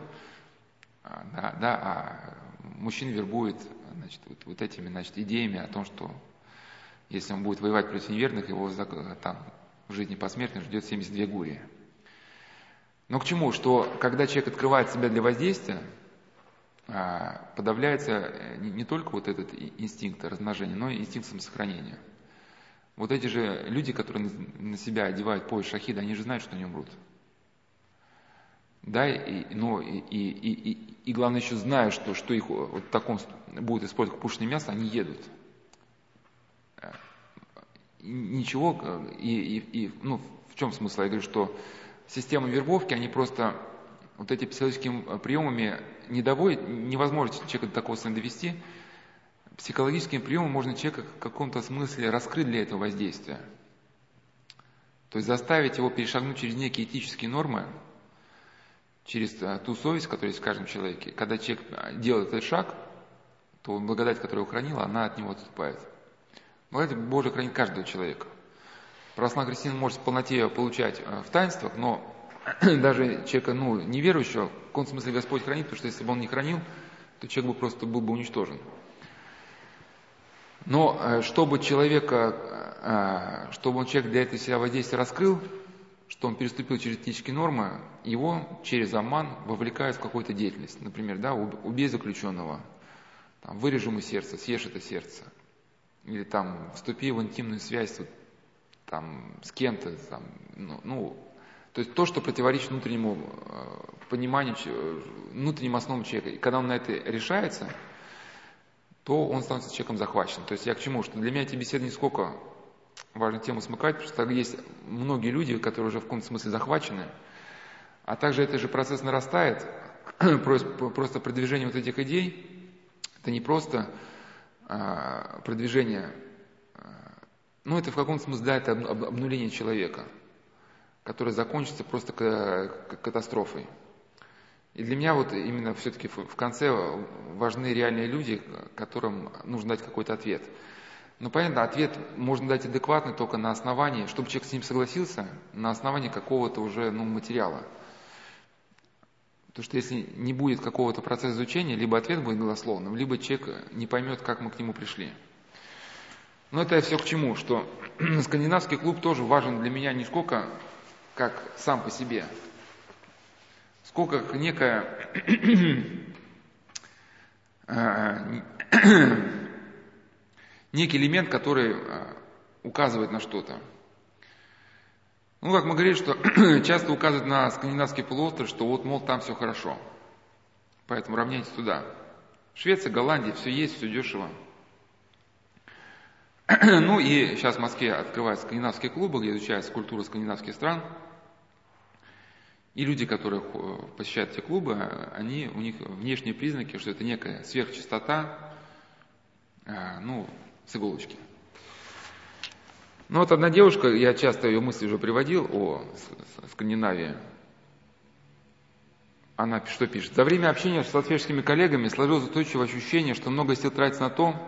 [SPEAKER 1] а мужчин вербует, вот этими, идеями о том, что если он будет воевать против неверных, его там в жизни посмертно ждет 72 гурии. Но к чему? Что когда человек открывает себя для воздействия, подавляется не только вот этот инстинкт размножения, но и инстинкт самосохранения. Вот эти же люди, которые на себя одевают пояс шахида, они же знают, что они умрут. Да, и главное еще зная, что их вот в таком будут использовать пушечное мясо, они едут. Ничего, в чем смысл? Я говорю, что система вербовки, они просто вот эти психологическими приемами невозможно человека до такого состояния довести. Психологическим приемом можно человека в каком-то смысле раскрыть для этого воздействия. То есть заставить его перешагнуть через некие этические нормы, через ту совесть, которая есть в каждом человеке. Когда человек делает этот шаг, то благодать, которая его хранила, она от него отступает. Благодать Божия хранит каждого человека. Православный христианин может в полноте ее получать в таинствах, но даже человека неверующего, в каком-то смысле Господь хранит, потому что если бы он не хранил, то человек бы просто был бы уничтожен. Но чтобы человек для этого себя воздействия раскрыл, что он переступил через этические нормы, его через обман вовлекают в какую-то деятельность. Например, убей заключенного, вырежи ему сердце, съешь это сердце. Или вступи в интимную связь с кем-то. То есть то, что противоречит внутреннему пониманию, внутренним основам человека. И когда он на это решается, то он становится человеком захваченным. То есть я к чему? Что для меня эти беседы не сколько важно тему смыкать, потому что есть многие люди, которые уже в каком-то смысле захвачены, а также этот же процесс нарастает, просто продвижение вот этих идей, это не просто продвижение, это в каком-то смысле, это обнуление человека, которое закончится просто катастрофой. И для меня именно все-таки в конце важны реальные люди, которым нужно дать какой-то ответ. Но понятно, ответ можно дать адекватный только на основании, чтобы человек с ним согласился, на основании какого-то уже материала. Потому что если не будет какого-то процесса изучения, либо ответ будет голословным, либо человек не поймет, как мы к нему пришли. Но это все к чему? Что скандинавский клуб тоже важен для меня не сколько как сам по себе, сколько как некая некий элемент, который указывает на что-то. Как мы говорили, что часто указывают на скандинавский полуостров, что мол, там все хорошо. Поэтому равняйтесь туда. Швеция, Голландия, все есть, все дешево. И сейчас в Москве открывают скандинавские клубы, где изучается культура скандинавских стран. И люди, которые посещают эти клубы, у них внешние признаки, что это некая сверхчистота, с иголочки. Одна девушка, я часто ее мысли уже приводил о Скандинавии, она что пишет? За время общения с латвийскими коллегами сложилось устойчивое ощущение, что много сил тратится на то,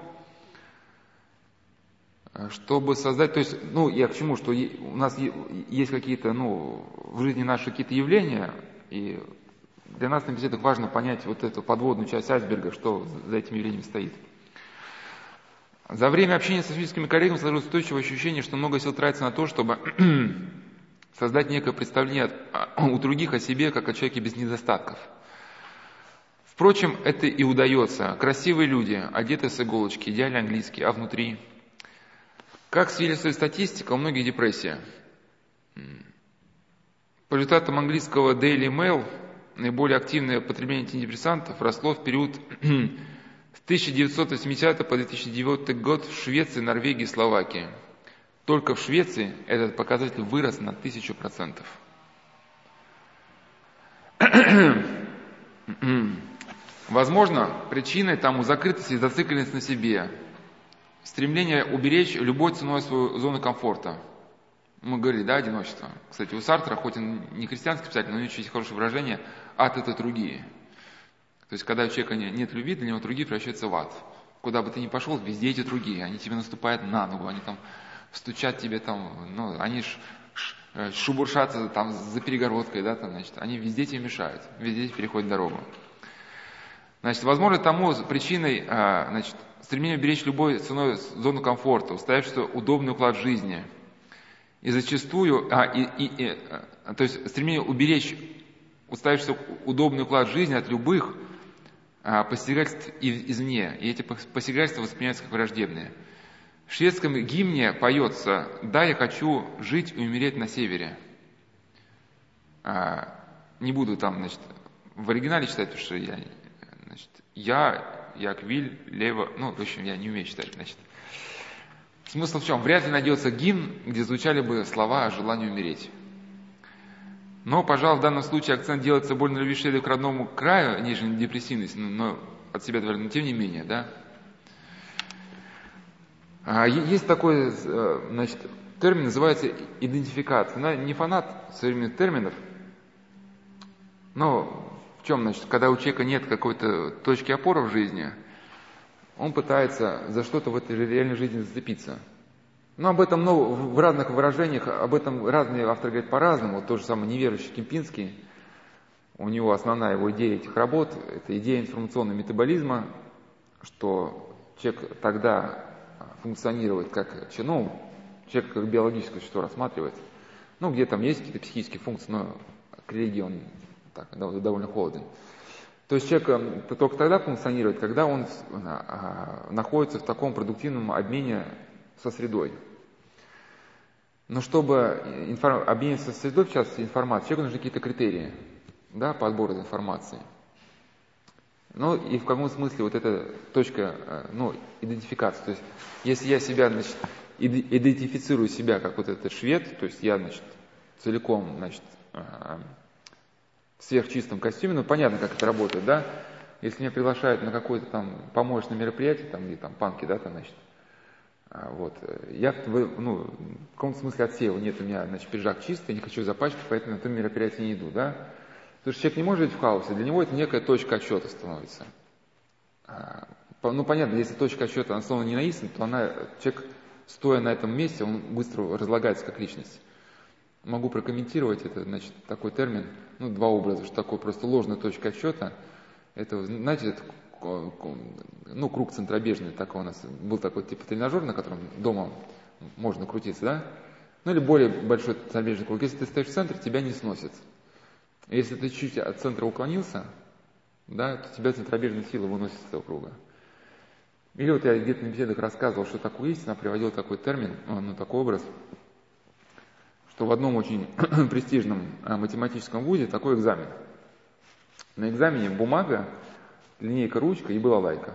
[SPEAKER 1] чтобы создать, то есть, я к чему, что у нас есть какие-то, в жизни наши какие-то явления, и для нас на беседах важно понять вот эту подводную часть айсберга, что за этими явлениями стоит. За время общения с латвийскими коллегами сложилось устойчивое ощущение, что много сил тратится на то, чтобы создать некое представление у других о себе, как о человеке без недостатков. Впрочем, это и удается. Красивые люди, одеты с иголочки, идеально английские, а внутри... Как свидетельствует статистика, у многих депрессия. По результатам английского Daily Mail, наиболее активное потребление антидепрессантов росло в период с 1980 по 2009 год в Швеции, Норвегии и Словакии. Только в Швеции этот показатель вырос на 1000%. Возможно, причиной тому закрытость и зацикленность на себе. Стремление уберечь любой ценой свою зону комфорта. Мы говорили, одиночество. Кстати, у Сартра, хоть он не христианский писатель, но у него есть хорошее выражение «ад – это другие». То есть, когда у человека нет любви, для него другие превращаются в ад. Куда бы ты ни пошел, везде эти другие. Они тебе наступают на ногу, они стучат тебе они шебуршатся за перегородкой, они везде тебе мешают, везде тебе переходят дорогу. Возможно, тому причиной, стремление беречь любой ценой зону комфорта, устоявшийся удобный уклад жизни. И зачастую, то есть стремление уберечь устоявшийся удобный уклад жизни от любых посягательств извне, и эти посягательства воспринимаются как враждебные. В шведском гимне поется: «Да, я хочу жить и умереть на севере». Не буду там, значит, в оригинале читать, потому что я, Квиль, Лево, в общем, я не умею читать, значит. Смысл в чем? Вряд ли найдется гимн, где звучали бы слова о желании умереть. Но, пожалуй, в данном случае акцент делается более на любви шведов к родному краю, нежели на депрессивность, но от себя говорю, но тем не менее, да. Есть такой, значит, термин, называется идентификация. Она не фанат современных терминов, но в чем, значит, когда у человека нет какой-то точки опоры в жизни, он пытается за что-то в этой реальной жизни зацепиться. Но об этом в разных выражениях, об этом разные авторы говорят по-разному. Вот тот же самый неверующий Кемпинский, у него основная его идея этих работ – это идея информационного метаболизма, что человек тогда функционирует как человек как биологическое существо рассматривает. Где там есть какие-то психические функции, но к религии он так, довольно холоден. То есть человек только тогда функционирует, когда он находится в таком продуктивном обмене со средой. Но чтобы обмениваться со средой, в частности информацией, человеку нужны какие-то критерии, да, по отбору информации. И в каком смысле вот эта точка, идентификации. То есть если я себя, значит, идентифицирую себя как вот этот швед, то есть я, значит, целиком, значит, в сверхчистом костюме, понятно, как это работает, да. Если меня приглашают на какое-то там помоечное мероприятие, там, где там панки, да, там, значит, я в каком-то смысле отсеиваю. Нет, у меня, значит, пиджак чистый, не хочу запачкать, поэтому на то мероприятие не иду, да. Потому что человек не может жить в хаосе, для него это некая точка отсчета становится. Понятно, если точка отсчета основана не на истине, то человек, стоя на этом месте, он быстро разлагается как личность. Могу прокомментировать это, значит, такой термин, два образа, что такое просто ложная точка отсчета. Это, знаете, это, круг центробежный, такой у нас был такой типа тренажер, на котором дома можно крутиться, да? Или более большой центробежный круг. Если ты стоишь в центре, тебя не сносит. Если ты чуть от центра уклонился, да, то тебя центробежная сила выносит с этого круга. Или вот я где-то на беседах рассказывал, что такое истина, приводил такой термин, такой образ, что в одном очень престижном математическом вузе такой экзамен. На экзамене бумага, линейка, ручка и балалайка.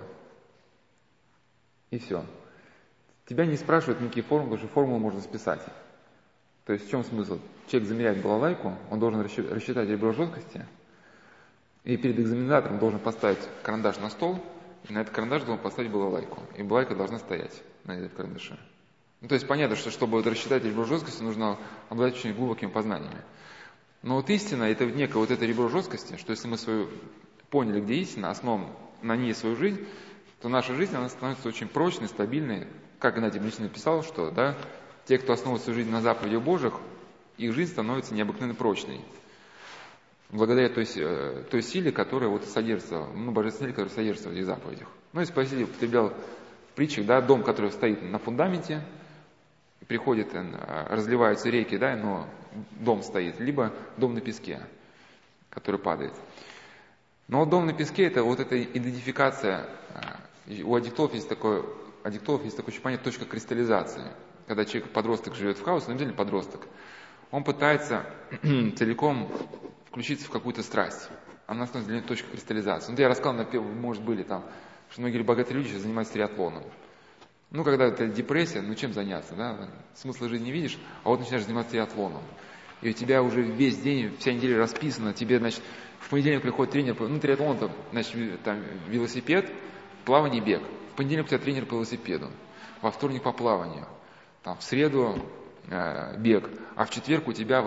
[SPEAKER 1] И все. Тебя не спрашивают никакие формулы, потому что формулу можно списать. То есть в чем смысл? Человек замеряет балалайку, он должен рассчитать ребро жесткости, и перед экзаменатором должен поставить карандаш на стол, и на этот карандаш должен поставить балалайку. И балалайка должна стоять на этом карандаше. То есть понятно, что чтобы рассчитать ребро жесткости, нужно обладать очень глубокими познаниями. Но вот истина – это некое вот это ребро жесткости, что если мы поняли, где истина, основом на ней свою жизнь, то наша жизнь, она становится очень прочной, стабильной. Как Геннадий Бличин написал, что те, кто основывает свою жизнь на заповедях Божьих, их жизнь становится необыкновенно прочной. Благодаря той силе, которая содержится, божественной силе, которая содержится в этих заповедях. И Спаситель употреблял в притчах, дом, который стоит на фундаменте, приходит, разливаются реки, но дом стоит, либо дом на песке, который падает. Но дом на песке – это эта идентификация. У аддиктологов есть такое очень понятие точка кристаллизации. Когда человек, подросток, живет в хаосе, на деле подросток, он пытается целиком включиться в какую-то страсть. Она становится для него точкой кристаллизации. Я рассказал, может, были там, что многие богатые люди сейчас занимаются триатлоном. Когда это депрессия, чем заняться, да? Смысла жизни не видишь, а начинаешь заниматься триатлоном. И у тебя уже весь день, вся неделя расписана, тебе, значит, в понедельник приходит тренер, триатлон, значит, там велосипед, плавание, бег. В понедельник у тебя тренер по велосипеду, во вторник по плаванию, в среду бег, а в четверг у тебя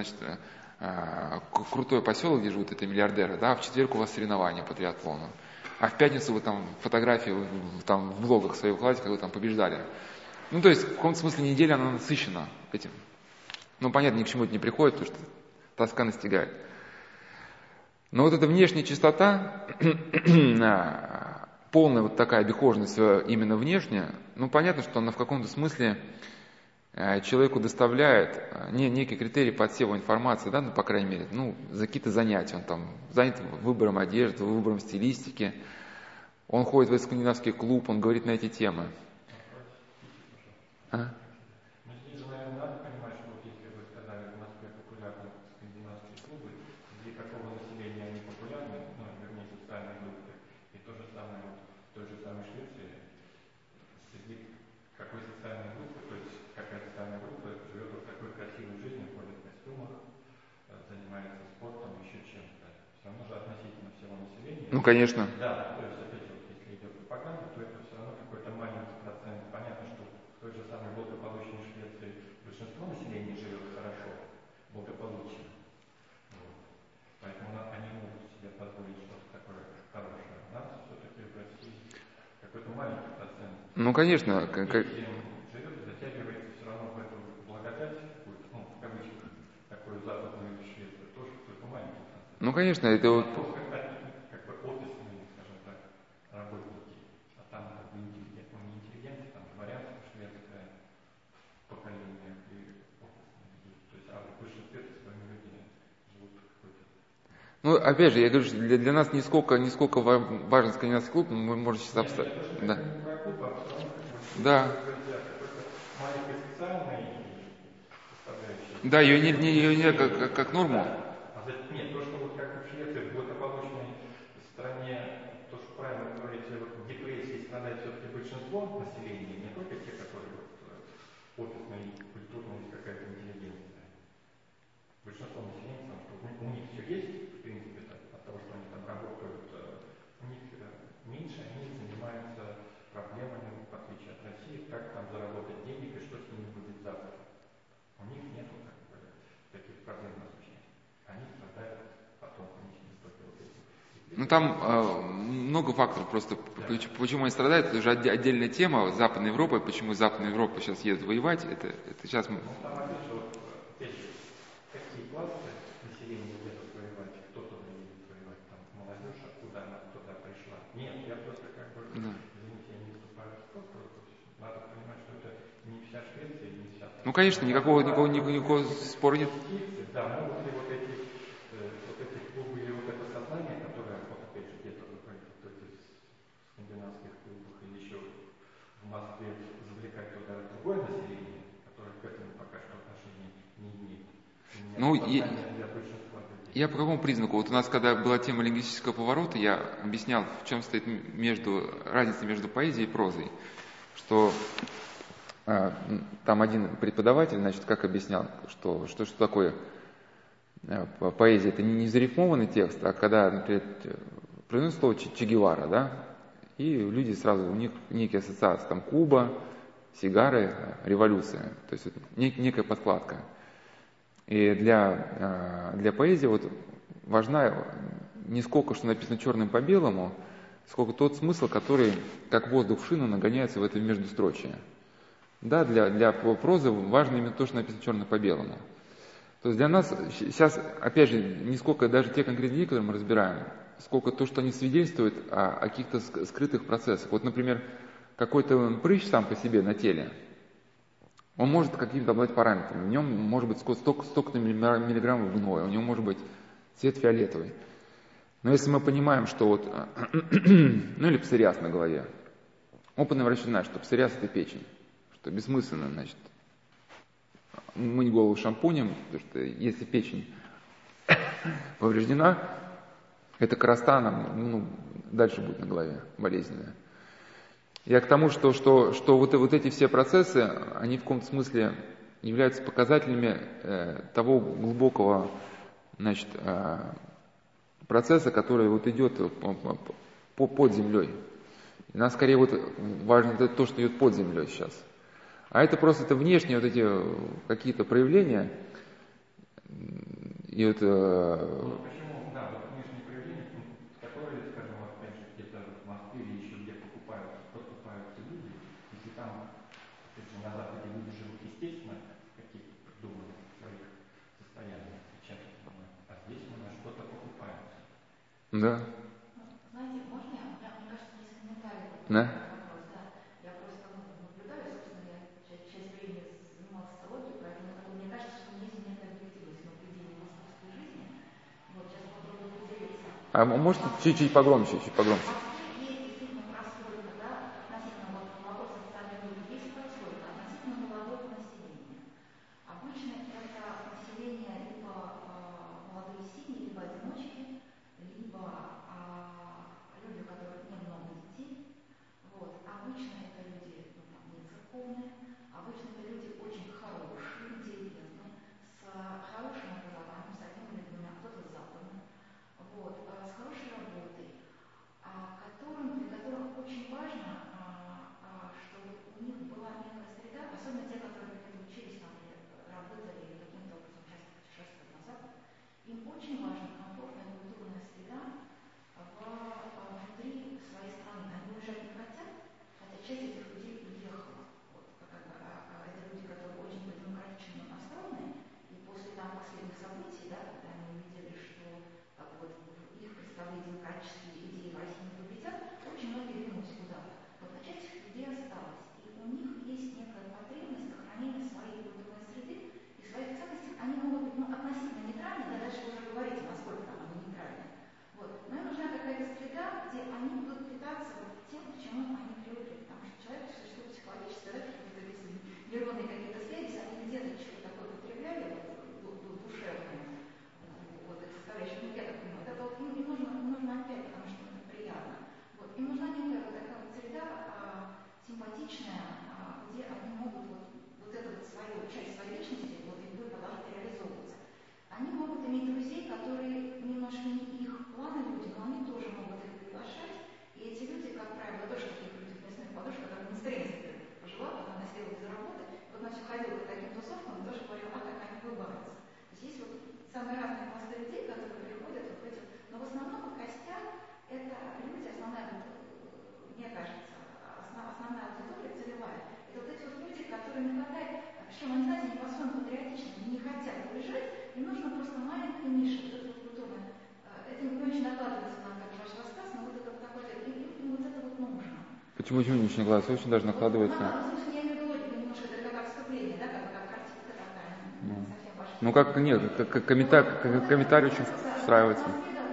[SPEAKER 1] крутой поселок, где живут миллиардеры, да, а в четверг у вас соревнования по триатлону. А в пятницу вы фотографии в блогах своих выкладываете, как вы побеждали. То есть в каком-то смысле неделя она насыщена этим. Понятно, ни к чему это не приходит, потому что тоска настигает. Но эта внешняя чистота, полная такая обихоженность именно внешняя, понятно, что она в каком-то смысле человеку доставляет некий критерий подсева информации, да, ну, по крайней мере, ну, за какие-то занятия, он там занят выбором одежды, выбором стилистики, он ходит в скандинавский клуб, он говорит на эти темы.
[SPEAKER 2] Ну, здесь же, наверное, надо понимать, что вот если вы сказали, в Москве популярны скандинавские клубы, среди какого населения они популярны, ну, вернее, социальной группы, и то же самое вот в той же самой Швеции, среди какой социальной группы, то есть какая социальная группа живет вот такой красивой жизнью, ходит в костюмах, занимается спортом, еще чем-то. Все равно же относительно всего населения.
[SPEAKER 1] Ну, конечно.
[SPEAKER 2] Да, то есть, опять вот, если идет пропаганда, то это все равно какой-то маленький процент. Понятно, что в той же самой благополучной Швеции большинство населения живет хорошо, благополучно. Вот. Поэтому они могут себе позволить что-то такое хорошее. У нас все-таки в России какой-то маленький процент.
[SPEAKER 1] Ну, конечно.
[SPEAKER 2] Живет, затягивается все равно в эту благодать, какую-то, ну, в кавычках, такую западную Швецию, тоже какой-то маленький процент.
[SPEAKER 1] Ну, конечно, это вот...
[SPEAKER 2] Как бы офисные, скажем так, работники. А там как бы интеллигенты, там дворянство шведское поколение и офисные. То есть, а в большинстве своими людьми живут какой-то.
[SPEAKER 1] Ну, опять же, я говорю, что для нас не сколько важен скандинавский клуб, мы можем сейчас обсуждать. Да. Да. Да, ее нельзя как норму.
[SPEAKER 2] Нет, то, что вот как в Швеции, в благополучной стране, то, что правильно вы говорите, вот в депрессии страдает все-таки большинство населения, не только те, которые вот офисные, культурные, какая-то интеллигенция. Большинство населения, потому что у них все есть, в принципе, от того, что они там работают, у них меньше, они занимаются проблемами, в отличие от России, как там заработать денег и что с ними будет завтра. У них нет таких проблем насущных. Они страдают потом, у них не столько вот этих.
[SPEAKER 1] Ну, там много факторов просто. Да. Почему они страдают, это уже отдельная тема. Западная Европа, почему Западная Европа сейчас едет воевать, это сейчас...
[SPEAKER 2] Ну, там опять же, какие классы населения едут воевать, кто туда едет воевать, там молодежь, откуда она туда пришла. Нет, я просто как бы, извините, я не вступаю в спор, просто надо понимать, что это не вся Швеция, не вся...
[SPEAKER 1] Ну, конечно, никакого спора нет.
[SPEAKER 2] Да, могут ли вот эти клубы или вот это сознание, которое, вот опять же, где-то вот этих скандинавских клубах или еще в Москве завлекать туда другое население, которое к этому пока что отношения не имеет.
[SPEAKER 1] Ну, я по какому признаку? Вот у нас, когда была тема лингвистического поворота, я объяснял, в чем стоит разница между поэзией и прозой. Что там один преподаватель, значит, как объяснял, что такое поэзия. Это не зарифмованный текст, а когда, например, произносит слово Че Гевара, да, и люди сразу, у них некие ассоциации, там Куба, сигары, революция, то есть некая подкладка. И для поэзии вот важна не сколько, что написано черным по белому, сколько тот смысл, который, как воздух в шину, нагоняется в это междустрочие. Да, для прозы важно именно то, что написано черным по белому. То есть для нас сейчас, опять же, не сколько даже те конкретные идеи, которые мы разбираем, сколько то, что они свидетельствуют о каких-то скрытых процессах. Вот, например, какой-то прыщ сам по себе на теле, он может каким-то обладать параметрами. В нем может быть столько-то миллиграммов гноя, у него может быть цвет фиолетовый. Но если мы понимаем, что вот, ну или псориаз на голове, опытный врач знает, что псориаз это печень, что бессмысленно, значит, мыть голову шампунем, потому что если печень повреждена, эта кроста, она, дальше будет на голове болезненная. Я к тому, что вот эти все процессы, они в каком-то смысле являются показателями того глубокого, значит, процесса, который вот идет под землей. И нам скорее вот важно то, что идет под землей сейчас. А это просто внешние вот эти какие-то проявления. И это...
[SPEAKER 2] Почему, да, вот внешние проявления, которые, скажем, опять же, где-то в Москве или еще где поступаются люди, если там, опять же, на Западе люди живут естественно, в каких-то придуманных своих состояниях, а здесь мы на что-то покупаемся.
[SPEAKER 1] Да.
[SPEAKER 3] Знаете, можно я? Мне кажется, есть комментарий.
[SPEAKER 1] Да.
[SPEAKER 3] Я просто наблюдаю, собственно, я часть времени занималась
[SPEAKER 1] А может чуть-чуть погромче, чуть погромче?
[SPEAKER 3] Есть действительно прослойка, да, относительно вопроса социальной группы, есть прослойка относительно молодого населения. Обычно это население либо молодые семьи, либо одиночки, либо люди, у которых немного детей. Вот. Обычно это люди не церковные, обычно это люди очень хорошие, интеллигентные, с хорошим образованием, с одним или двумя, кто-то с западным, вот, с хорошей работой, для которых очень важно, чтобы у них была некая среда, особенно те, которые где-то учились там, или работали, или каким-то образом часто путешествовали на Запад, им очень важна комфортная культурная среда внутри своей страны. Они уезжать не хотят, хотя часть этих людей уехала. Вот, это люди, которые очень демократично настроены, и после последних событий, да, когда они увидели, что их представители демократические идеи в России не победят, очень многие двинулись куда-то. Вот, а часть этих людей осталась. И у них есть некая потребность сохранения своей культурной среды и своих ценностей. Они могут быть относительно нейтральны, да, дальше вы уже говорите, насколько там они нейтральны. Вот. Но им нужна какая-то среда, где они будут питаться тем, к чему они привыкли. Потому что человек существует психологически, да, какие-то нейронные какие-то связи, они где-то что-то такое потребляли, душевное, вот, это составляющее, я так понимаю, это им нужно опять, потому что это приятно. Вот. Им нужна некая такая среда симпатичная, где они могут эту свою часть своей личности, и будет продолжать реализовываться. Они могут иметь друзей, которые немножко не их планы люди, но они тоже могут их приглашать. И эти люди, как правило, тоже таких людей в мясных подушках, которые настроение пожила, потом она сидела без работы, вот она все ходила по таким тусовкам и тоже говорила, как они улыбаются. То есть есть самые разные пласты людей, которые приходят в эти... Но в основном костяк это люди, мне кажется, основная аудитория целевая. Это эти люди, которым не хватает, причем они, знаете, они по-своему патриотичны, они не хотят уезжать, им нужно просто маленькая ниша, это культурное. Это не очень накладывается на ваш рассказ, но это такой, им это нужно.
[SPEAKER 1] Почему не очень накладывается? Очень даже накладывается.
[SPEAKER 3] Я имею в виду немножко, это как вступление, да, как картинка такая, совсем ваша.
[SPEAKER 1] Ну как, нет, как комментарий очень встраивается.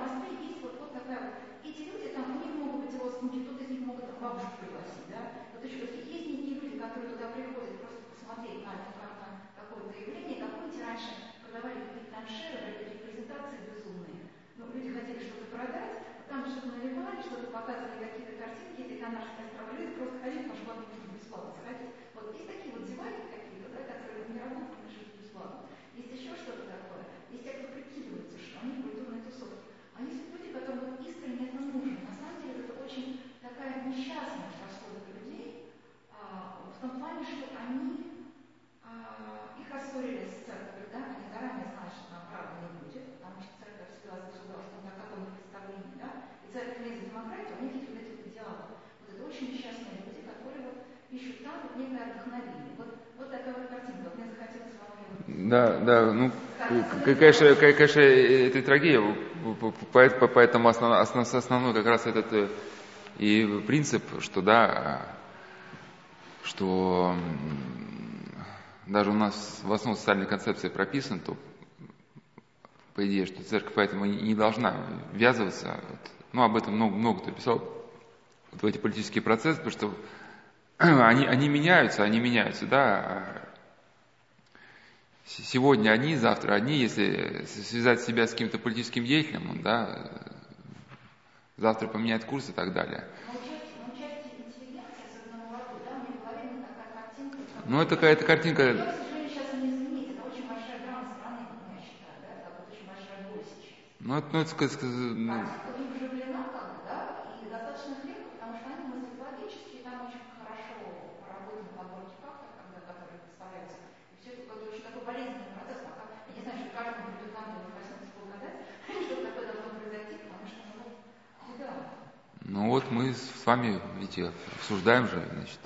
[SPEAKER 1] Да, ну, конечно, это трагедия, поэтому основной как раз этот и принцип, что да, что даже у нас в основе социальной концепции прописано, то по идее, что церковь поэтому не должна ввязываться, ну, об этом много кто писал, в эти политические процессы, потому что они меняются, да. Сегодня одни, завтра одни, если связать себя с каким-то политическим деятелем, да, завтра поменять курс и так далее. Ну, это какая-то картинка... Ну вот мы с вами, видите, обсуждаем же, значит.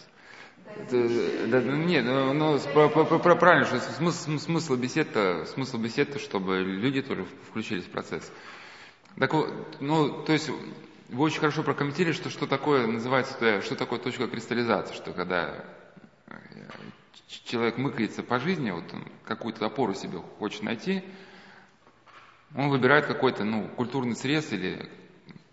[SPEAKER 1] Правильно, что смысл бесед-то, чтобы люди тоже включились в процесс. Так вот, то есть вы очень хорошо прокомментировали, что такое называется, что такое точка кристаллизации, что когда человек мыкается по жизни, вот он какую-то опору себе хочет найти, он выбирает какой-то, культурный срез или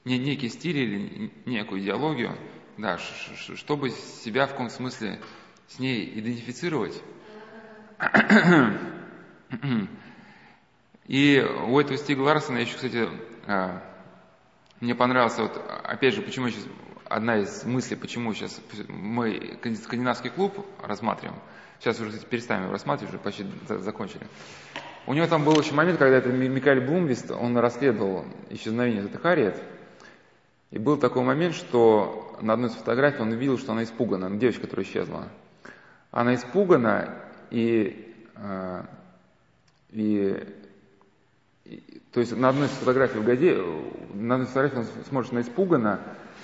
[SPEAKER 1] некий стиль или некую идеологию, да, чтобы себя в каком смысле с ней идентифицировать. И у этого Стига Ларсона еще, кстати, мне понравился, вот, опять же, почему сейчас, одна из мыслей, почему сейчас мы скандинавский клуб рассматриваем, сейчас уже, кстати, перестанем его рассматривать, уже почти закончили. У него там был еще момент, когда это Микаэль Блумквист, он расследовал исчезновение этой Харриет, и был такой момент, что на одной из фотографий он увидел, что она испугана, девочка, которая исчезла. Она испугана, то есть на одной из фотографий в газете, на одной из фотографий он смотрит, она испугана,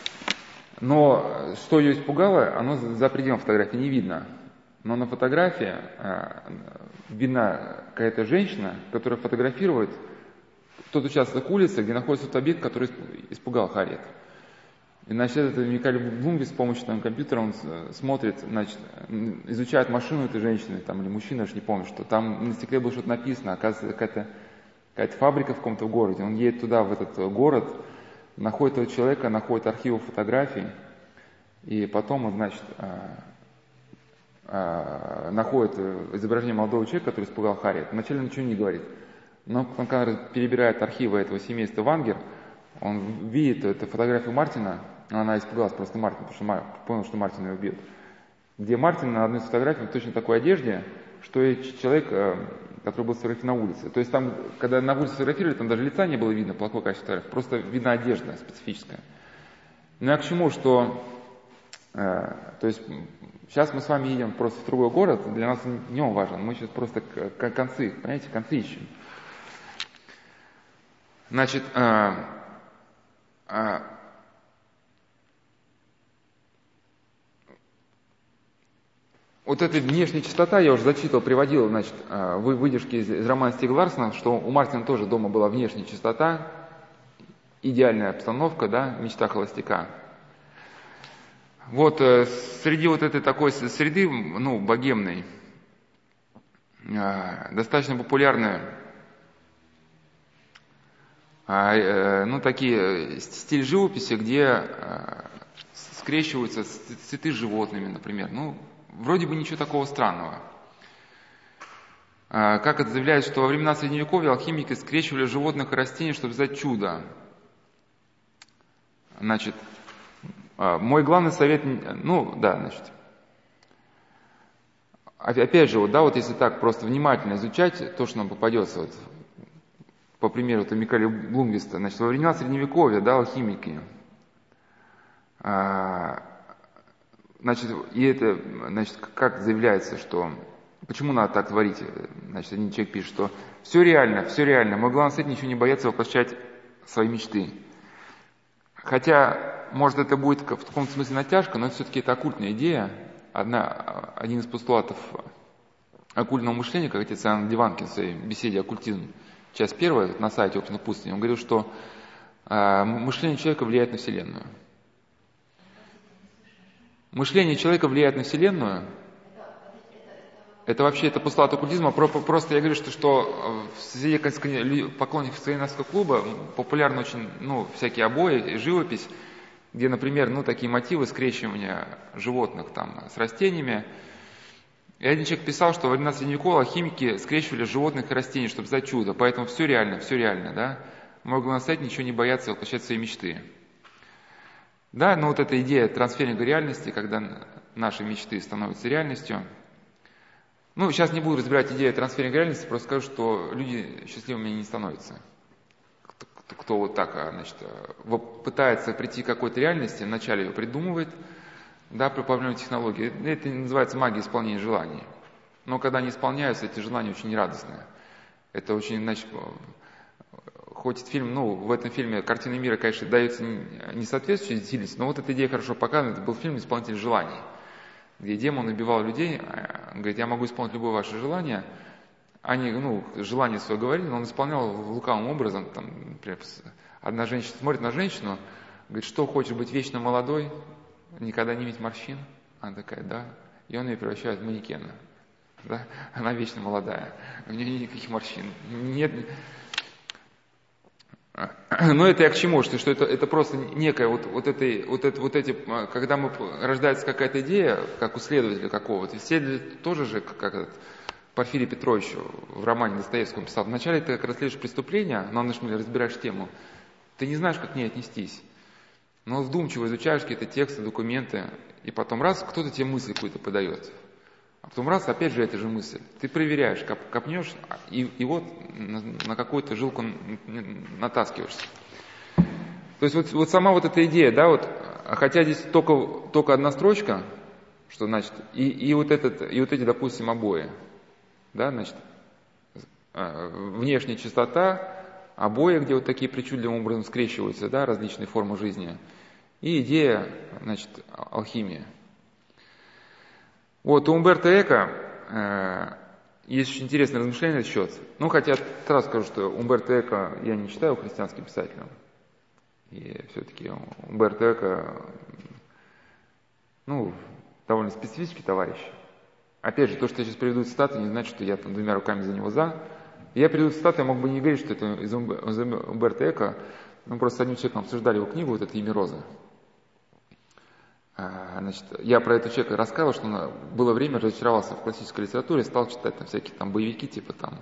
[SPEAKER 1] но что ее испугало, оно за пределом фотографии не видно. Но на фотографии видна какая-то женщина, которая фотографирует тот участок улицы, где находится тот объект, который испугал Харриет. И, значит, этот Микаэль Блумквист с помощью компьютера, он смотрит, значит, изучает машину этой женщины, там, или мужчины, я уж не помню, что там на стекле было что-то написано, оказывается, какая-то фабрика в каком-то городе. Он едет туда, в этот город, находит этого человека, находит архивы фотографий, и потом он, значит, находит изображение молодого человека, который испугал Харриет. Вначале он ничего не говорит. Но потом, когда перебирает архивы этого семейства Вангер, он видит эту фотографию Мартина, она испугалась просто Мартина, потому что понял, что Мартин ее убьет. Где Мартин на одной из фотографий в точно такой одежде, что и человек, который был сфотографирован на улице. То есть там, когда на улице фотографировали, там даже лица не было видно, плохое качество фотографии, просто видна одежда специфическая. Ну а к чему, что... то есть сейчас мы с вами едем просто в другой город, для нас не он важен, мы сейчас просто концы, понимаете, концы ищем. Значит, вот эта внешняя чистота, я уже зачитывал, приводил, значит, выдержки из романа Стига Ларсона, что у Мартина тоже дома была внешняя чистота, идеальная обстановка, да, мечта холостяка. Вот среди вот этой такой среды, ну, богемной, достаточно популярная, ну, такие стиль живописи, где скрещиваются цветы с животными, например. Ну, вроде бы ничего такого странного. Как это заявляют, что во времена Средневековья алхимики скрещивали животных и растения, чтобы создать чудо. Значит, мой главный совет, ну, да, значит, опять же, вот, да, вот если так просто внимательно изучать то, что нам попадется, вот, по примеру вот, Микаэля Блумквиста, значит, во времена Средневековья, да, алхимики, значит, и это, значит, как заявляется, что, почему надо так творить, значит, один человек пишет, что все реально, мой главный совет ничего не бояться воплощать свои мечты. Хотя, может, это будет в каком-то смысле натяжка, но все-таки это оккультная идея. Один из постулатов оккультного мышления, как отец Иоанн Диванкин в своей беседе «Оккультизм», часть 1 на сайте Опытной пустыни, он говорил, что мышление человека влияет на Вселенную. Мышление человека влияет на Вселенную. Это вообще это постулат оккультизма. Просто я говорю, что среди поклонников скандинавского клуба популярны очень, ну, всякие обои, живопись, где, например, ну, такие мотивы скрещивания животных там с растениями. И один человек писал, что во времена Средневековья алхимики скрещивали животных и растений, чтобы создать чудо. Поэтому все реально, да. Мой главный совет ничего не бояться воплощать свои мечты. Да, но вот эта идея трансферинга реальности, когда наши мечты становятся реальностью. Ну, сейчас не буду разбирать идею трансферинга реальности, просто скажу, что люди счастливыми не становятся. Кто вот так, значит, пытается прийти к какой-то реальности, вначале ее придумывает, да, при управлении технологией. Это называется магия исполнения желаний. Но когда они исполняются, эти желания очень нерадостные. Это очень, значит, хоть фильм, ну, в этом фильме картина мира, конечно, дается не соответствующей сильности, но вот эта идея хорошо показана. Это был фильм «Исполнитель желаний», где демон убивал людей, он говорит, я могу исполнить любое ваше желание. Они, ну, желание свое говорили, но он исполнял лукавым образом. Там, например, одна женщина смотрит на женщину, говорит, что, хочешь быть вечно молодой, никогда не иметь морщин? Она такая, да. И он ее превращает в манекена. Да? Она вечно молодая, у нее нет никаких морщин. Нет. Но это я к чему? Что это просто некое когда рождается какая-то идея, как у следователя какого-то, исследователь тоже же, как этот Порфирий Петрович в романе Достоевского писал, вначале ты как расследуешь преступление, но разбираешь тему, ты не знаешь, как к ней отнестись. Но вдумчиво изучаешь какие-то тексты, документы, и потом раз, кто-то тебе мысль какую-то подает. А потом раз, опять же, эта же мысль. Ты проверяешь, копнешь, и вот на какую-то жилку натаскиваешься. То есть вот сама вот эта идея, да, вот, хотя здесь только одна строчка, что значит, и вот эти, допустим, обои, да, значит, внешняя чистота, обои, где вот такие причудливым образом скрещиваются, да, различные формы жизни, и идея, значит, алхимии. Вот, у Умберто Эко есть очень интересное размышление на этот счет. Ну, хотя сразу скажу, что Умберто Эко я не считаю христианским писателем. И все-таки Умберто Эко, довольно специфический товарищ. Опять же, то, что я сейчас приведу цитаты, не значит, что я там двумя руками за него за. Я приведу цитаты, я мог бы не говорить, что это из Умберто Эко. Мы просто с одним человеком обсуждали его книгу, вот это «Имя Розы». Значит, я про этого человека рассказывал, что он было время разочаровался в классической литературе, стал читать там всякие там боевики, типа там,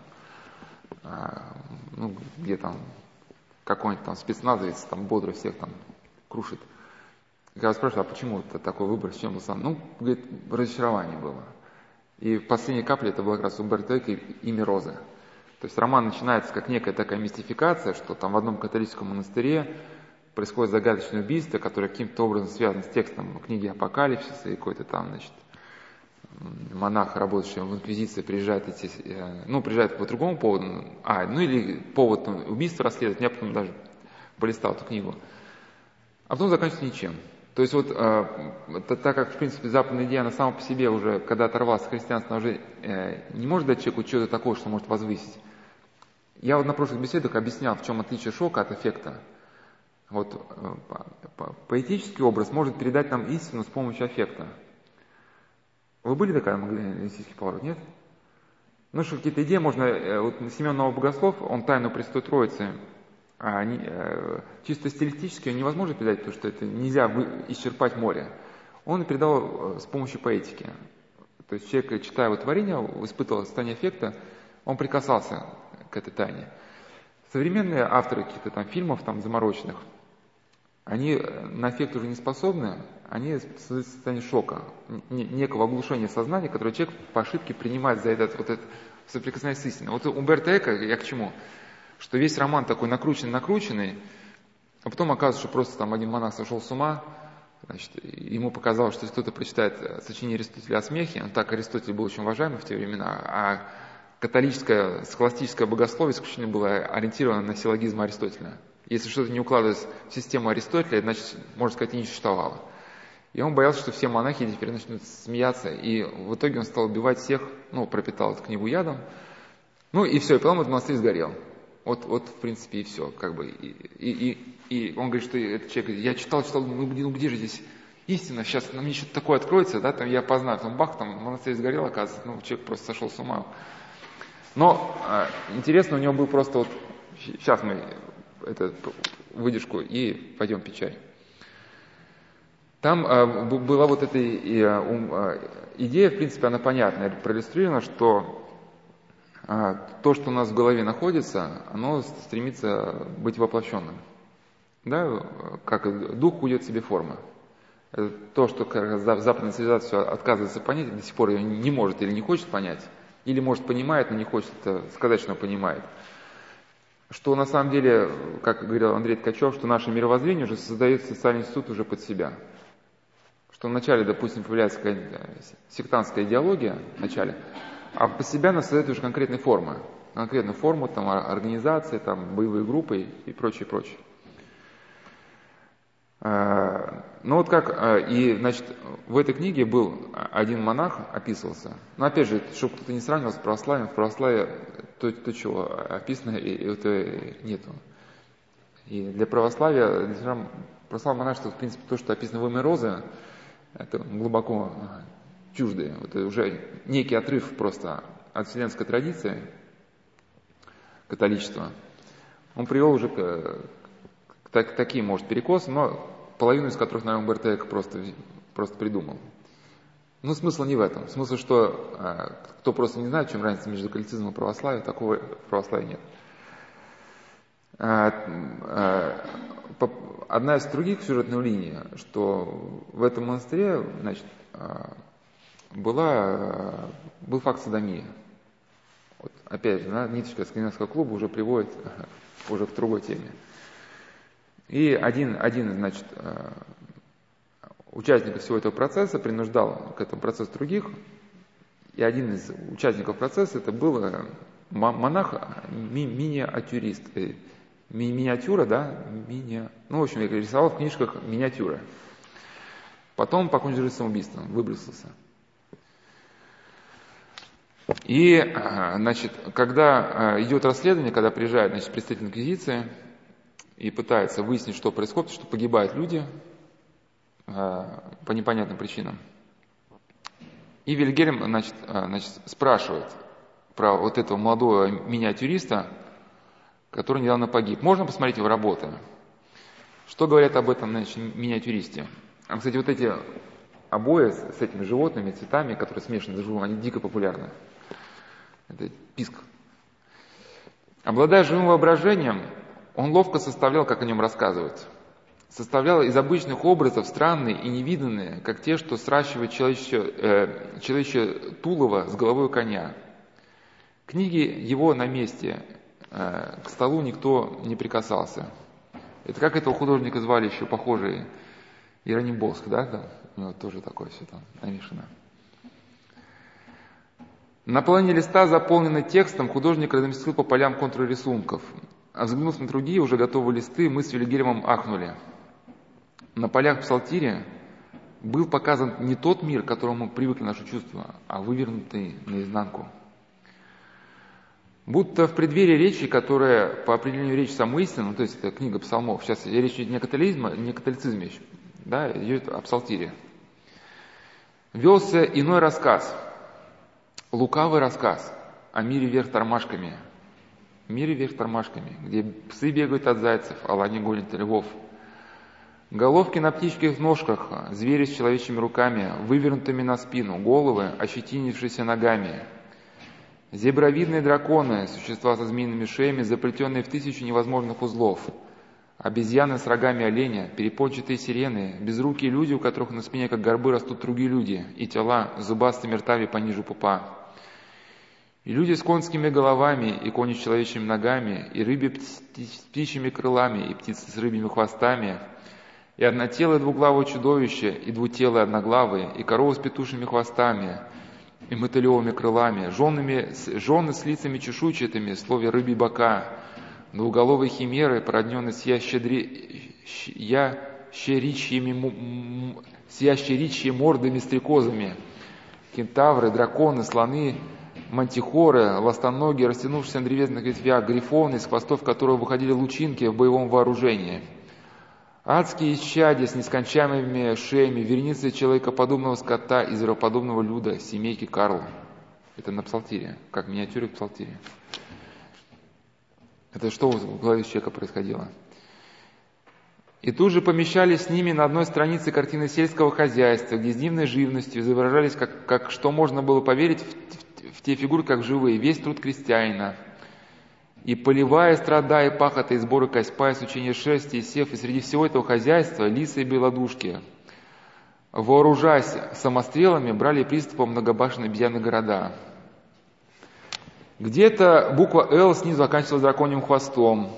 [SPEAKER 1] где там какой-нибудь там спецназовец там бодро всех там крушит. Я спрашиваю, а почему это такой выбор, с чем вы сам? Говорит, разочарование было. И в последней капле это было как раз Умберто Эко «Имя Розы». То есть роман начинается как некая такая мистификация, что там в одном католическом монастыре происходит загадочное убийство, которое каким-то образом связано с текстом книги «Апокалипсиса», и какой-то там, значит, монах, работающий в инквизиции, приезжает по другому поводу, или повод убийства расследовать, я потом даже полистал эту книгу. А потом заканчивается ничем. То есть вот, так как, в принципе, западная идея, она сама по себе уже, когда оторвалась от христианства, она уже не может дать человеку чего-то такого, что может возвысить. Я вот на прошлых беседах объяснял, в чем отличие шока от эффекта. Вот поэтический образ может передать нам истину с помощью аффекта. Вы были такая магнетический поворот, нет? Что какие-то идеи можно... Вот Семен Новый Богослов, он тайну Пресвятой Троицы, чисто стилистически невозможно передать, потому что это нельзя исчерпать море. Он передал с помощью поэтики. То есть человек, читая его творение, испытывал состояние аффекта, он прикасался к этой тайне. Современные авторы каких-то там фильмов там замороченных, они на эффект уже не способны, они создают состояние шока, некого оглушения сознания, которое человек по ошибке принимает за это соприкосновение с истиной. Вот Умберто Эко, я к чему? Что весь роман такой накрученный, а потом оказывается, что просто там один монах сошел с ума, значит, ему показалось, что кто-то прочитает сочинение Аристотеля о смехе, так Аристотель был очень уважаемый в те времена, а католическое, схоластическое богословие исключительно было ориентировано на силлогизм Аристотеля. Если что-то не укладывалось в систему Аристотеля, значит, можно сказать, и не существовало. И он боялся, что все монахи теперь начнут смеяться, и в итоге он стал убивать всех, пропитал эту книгу ядом, и все, и потом этот монастырь сгорел. Вот, в принципе, и все, как бы. И он говорит, что этот человек, я читал, где же здесь истина, сейчас мне что-то такое откроется, да, там я познаю, там бах, там монастырь сгорел, оказывается, человек просто сошел с ума. Но интересно, у него был просто сейчас мы выдержку и пойдем пить чай. Там была вот эта идея, в принципе, она понятная, проиллюстрирована, что то, что у нас в голове находится, оно стремится быть воплощенным. Да? Как дух уйдет себе форма. Это то, что западная цивилизация отказывается понять, до сих пор ее не может или не хочет понять, или, может, понимает, но не хочет сказать, что она понимает. Что на самом деле, как говорил Андрей Ткачев, что наше мировоззрение уже создает социальный институт уже под себя. Что вначале, допустим, появляется какая-то сектантская идеология, а под себя она создает уже конкретные формы. Конкретную форму, там, организации, там, боевые группы и прочее, прочее. Значит, в этой книге был один монах, описывался. Но опять же, чтобы кто-то не сравнивал с православием, в православии то, чего описано, это нету. И для православия, православное монашество, в принципе, то, что описано в «Имя Розы», это глубоко чуждое. Это уже некий отрыв просто от вселенской традиции католичества. Он привел уже к таким, может, перекосам, но половину из которых, наверное, Умберто Эко просто придумал. Но смысл не в этом. Смысл, что кто просто не знает, в чем разница между католицизмом и православием, такого православия нет. Одна из других сюжетных линий, что в этом монастыре, значит, был факт содомии. Вот, опять же, ниточка скандинавского клуба уже приводит уже к другой теме. И один значит, участников всего этого процесса принуждал к этому процессу других. И один из участников процесса это был монах, миниатюрист. Миниатюра, да? Ну, в общем, я рисовал в книжках миниатюры. Потом покончил жизнь самоубийством, выбросился. И, значит, когда идет расследование, когда приезжает, значит, представитель инквизиции и пытается выяснить, что происходит, что погибают люди по непонятным причинам. И Вильгельм, значит, спрашивает про вот этого молодого миниатюриста, который недавно погиб. Можно посмотреть его работы? Что говорят об этом, значит, миниатюристе? Кстати, вот эти обои с этими животными, цветами, которые смешаны с живым, они дико популярны. Это писк. Обладая живым воображением, он ловко составлял, как о нем рассказывать. Составлял из обычных образов странные и невиданные, как те, что сращивают человечье тулово с головой коня. Книги его на месте, к столу никто не прикасался. Это как этого художника звали еще, похожий, Иероним Босх, да? Там, у него тоже такое все там намешано. На половине листа, заполненный текстом, художник разместил по полям контррисунков. А взглянув на другие, уже готовые листы, мы с Вильгельмом ахнули. На полях псалтиря был показан не тот мир, к которому привыкли наши чувства, а вывернутый наизнанку. Будто в преддверии речи, которая по определению речь самоистина, ну, то есть это книга псалмов, сейчас речь идет не о католицизме еще, да, идет о псалтире, велся иной рассказ, лукавый рассказ о мире вверх тормашками, где псы бегают от зайцев, олени гонят львов, головки на птичьих ножках, звери с человечьими руками, вывернутыми на спину, головы, ощетинившиеся ногами, зебровидные драконы, существа со змеиными шеями, заплетенные в 1000 невозможных узлов, обезьяны с рогами оленя, перепончатые сирены, безрукие люди, у которых на спине как горбы растут другие люди, и тела с зубастыми ртами пониже пупа. И люди с конскими головами, и кони с человечьими ногами, и рыбы с птичьими крылами, и птицы с рыбьими хвостами, и однотелое двуглавое чудовище, и двутелые одноглавые, и коровы с петушьими хвостами, и мотылевыми крылами, жены с лицами чешуйчатыми, слове рыбьи бока, двуголовые химеры, породненные с ящеричьими мордами стрекозами, кентавры, драконы, слоны, мантихоры, ластоногие, растянувшиеся на древесных ветвях, грифоны, из хвостов которых выходили лучинки в боевом вооружении. Адские исчадия с нескончаемыми шеями, вереницы человекоподобного скота и звероподобного люда, семейки Карла. Это на псалтире, как в миниатюре в псалтире. Это что в голове человека происходило? И тут же помещались с ними на одной странице картины сельского хозяйства, где с дивной живностью изображались, как что можно было поверить в те фигуры, как живые, весь труд крестьянина. И поливая, страдая, пахота, и сборы косьпа, и сучение шерсти, и сев, и среди всего этого хозяйства лисы и белодушки, вооружаясь самострелами, брали приступом многобашенные обезьяны города. Где-то буква «Л» снизу заканчивалась драконьим хвостом,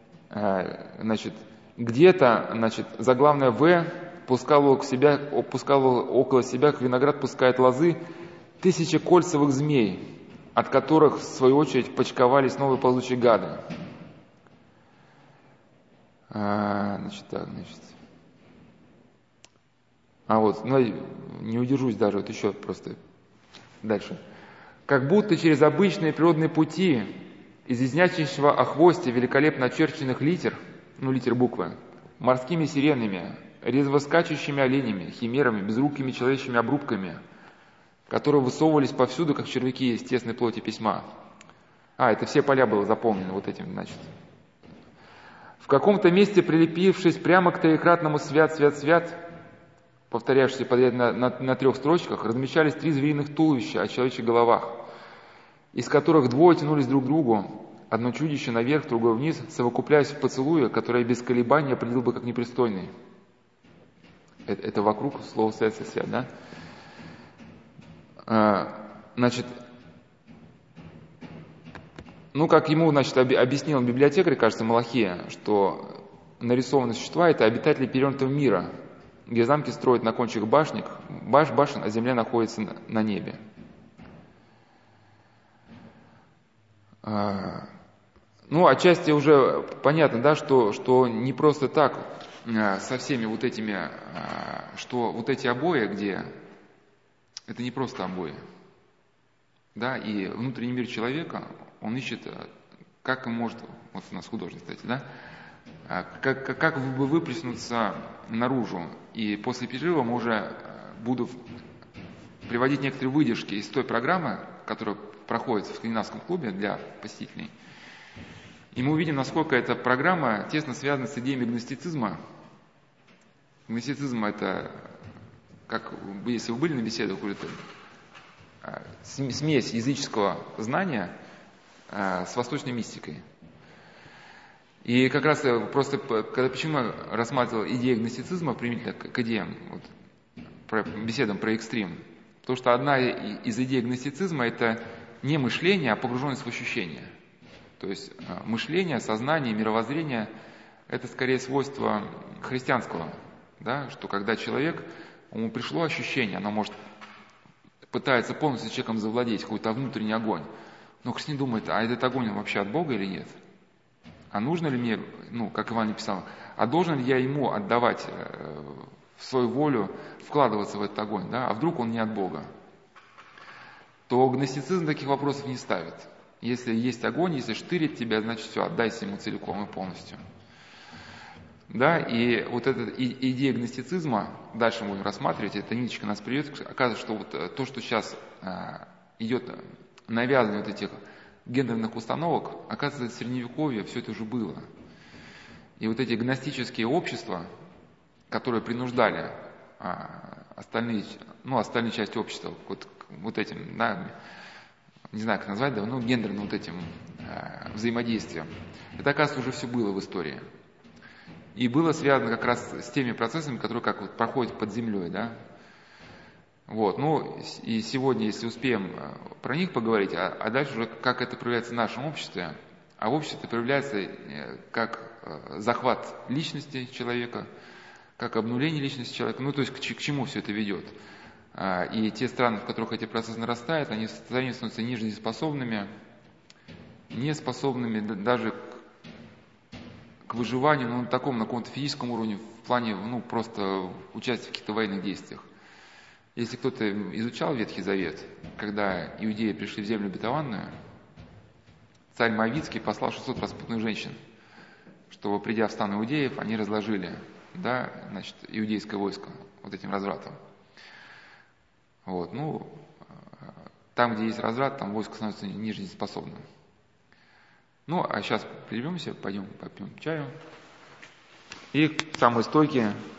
[SPEAKER 1] где-то, заглавная «В» пускала около себя, как виноград пускает лозы, 1000 кольцевых змей, от которых, в свою очередь, почковались новые ползучие гады. Не удержусь даже, вот еще просто дальше. Как будто через обычные природные пути, из изящнейшего охвостя великолепно очерченных литер буквы, морскими сиренами, резво скачущими оленями, химерами, безрукими человечьими обрубками, которые высовывались повсюду, как червяки из тесной плоти письма. Это все поля было заполнено вот этим, В каком-то месте, прилепившись прямо к троекратному «свят, свят, свят», повторявшийся подряд на 3 строчках, размещались 3 звериных туловища о человечьих головах, из которых 2 тянулись друг к другу, одно чудище наверх, другое вниз, совокупляясь в поцелуе, которое без колебаний определил бы как непристойный. Это вокруг слова «свят, свят, свят», да? Значит, как ему, объяснил библиотекарь, кажется, Малахия, что нарисованные существа — это обитатели перевернутого мира, где замки строят на кончиках башен, а земля находится на небе. Отчасти уже понятно, да, что не просто так со всеми вот этими, что вот эти обои, где это не просто обои, да, и внутренний мир человека, он ищет, как он может, вот у нас художник, кстати, да, как бы выплеснуться наружу. И после перерыва мы уже буду приводить некоторые выдержки из той программы, которая проходит в скандинавском клубе для посетителей. И мы увидим, насколько эта программа тесно связана с идеями гностицизма. Гностицизм — это, как если вы были на беседах, это смесь языческого знания с восточной мистикой. И как раз просто, почему я рассматривал идею гностицизма применительно к идеям, беседам про экстрим, потому что одна из идей гностицизма — это не мышление, а погруженность в ощущение. То есть мышление, сознание, мировоззрение — это скорее свойство христианского, да, что когда ему пришло ощущение, оно пытается полностью человеком завладеть, какой-то внутренний огонь. Но христианин думает, а этот огонь вообще от Бога или нет? А нужно ли мне, как Иван написал, а должен ли я ему отдавать в свою волю, вкладываться в этот огонь, да? А вдруг он не от Бога? То гностицизм таких вопросов не ставит. Если есть огонь, если штырит тебя, значит все, отдайся ему целиком и полностью. Да, и вот эта идея гностицизма, дальше мы будем рассматривать, эта ниточка нас приведет, оказывается, что вот то, что сейчас идет навязывание вот этих гендерных установок, оказывается, в Средневековье все это уже было. И вот эти гностические общества, которые принуждали остальные части общества вот этим, да, не знаю, как назвать, да, гендерным вот этим взаимодействием, это, оказывается, уже все было в истории. И было связано как раз с теми процессами, которые проходят под землей, да. И сегодня, если успеем про них поговорить, а дальше уже как это проявляется в нашем обществе, а в обществе это проявляется как захват личности человека, как обнуление личности человека, то есть к чему все это ведет. И те страны, в которых эти процессы нарастают, они становятся нежизнеспособными, неспособными даже к выживанию, на каком-то физическом уровне, в плане, просто участия в каких-то военных действиях. Если кто-то изучал Ветхий Завет, когда иудеи пришли в землю обетованную, царь Моавитский послал 600 распутных женщин, чтобы, придя в стан иудеев, они разложили, да, иудейское войско вот этим развратом. Там, где есть разврат, там войско становится нежизнеспособным. А сейчас прервемся, пойдем попьем чаю. И самые стойкие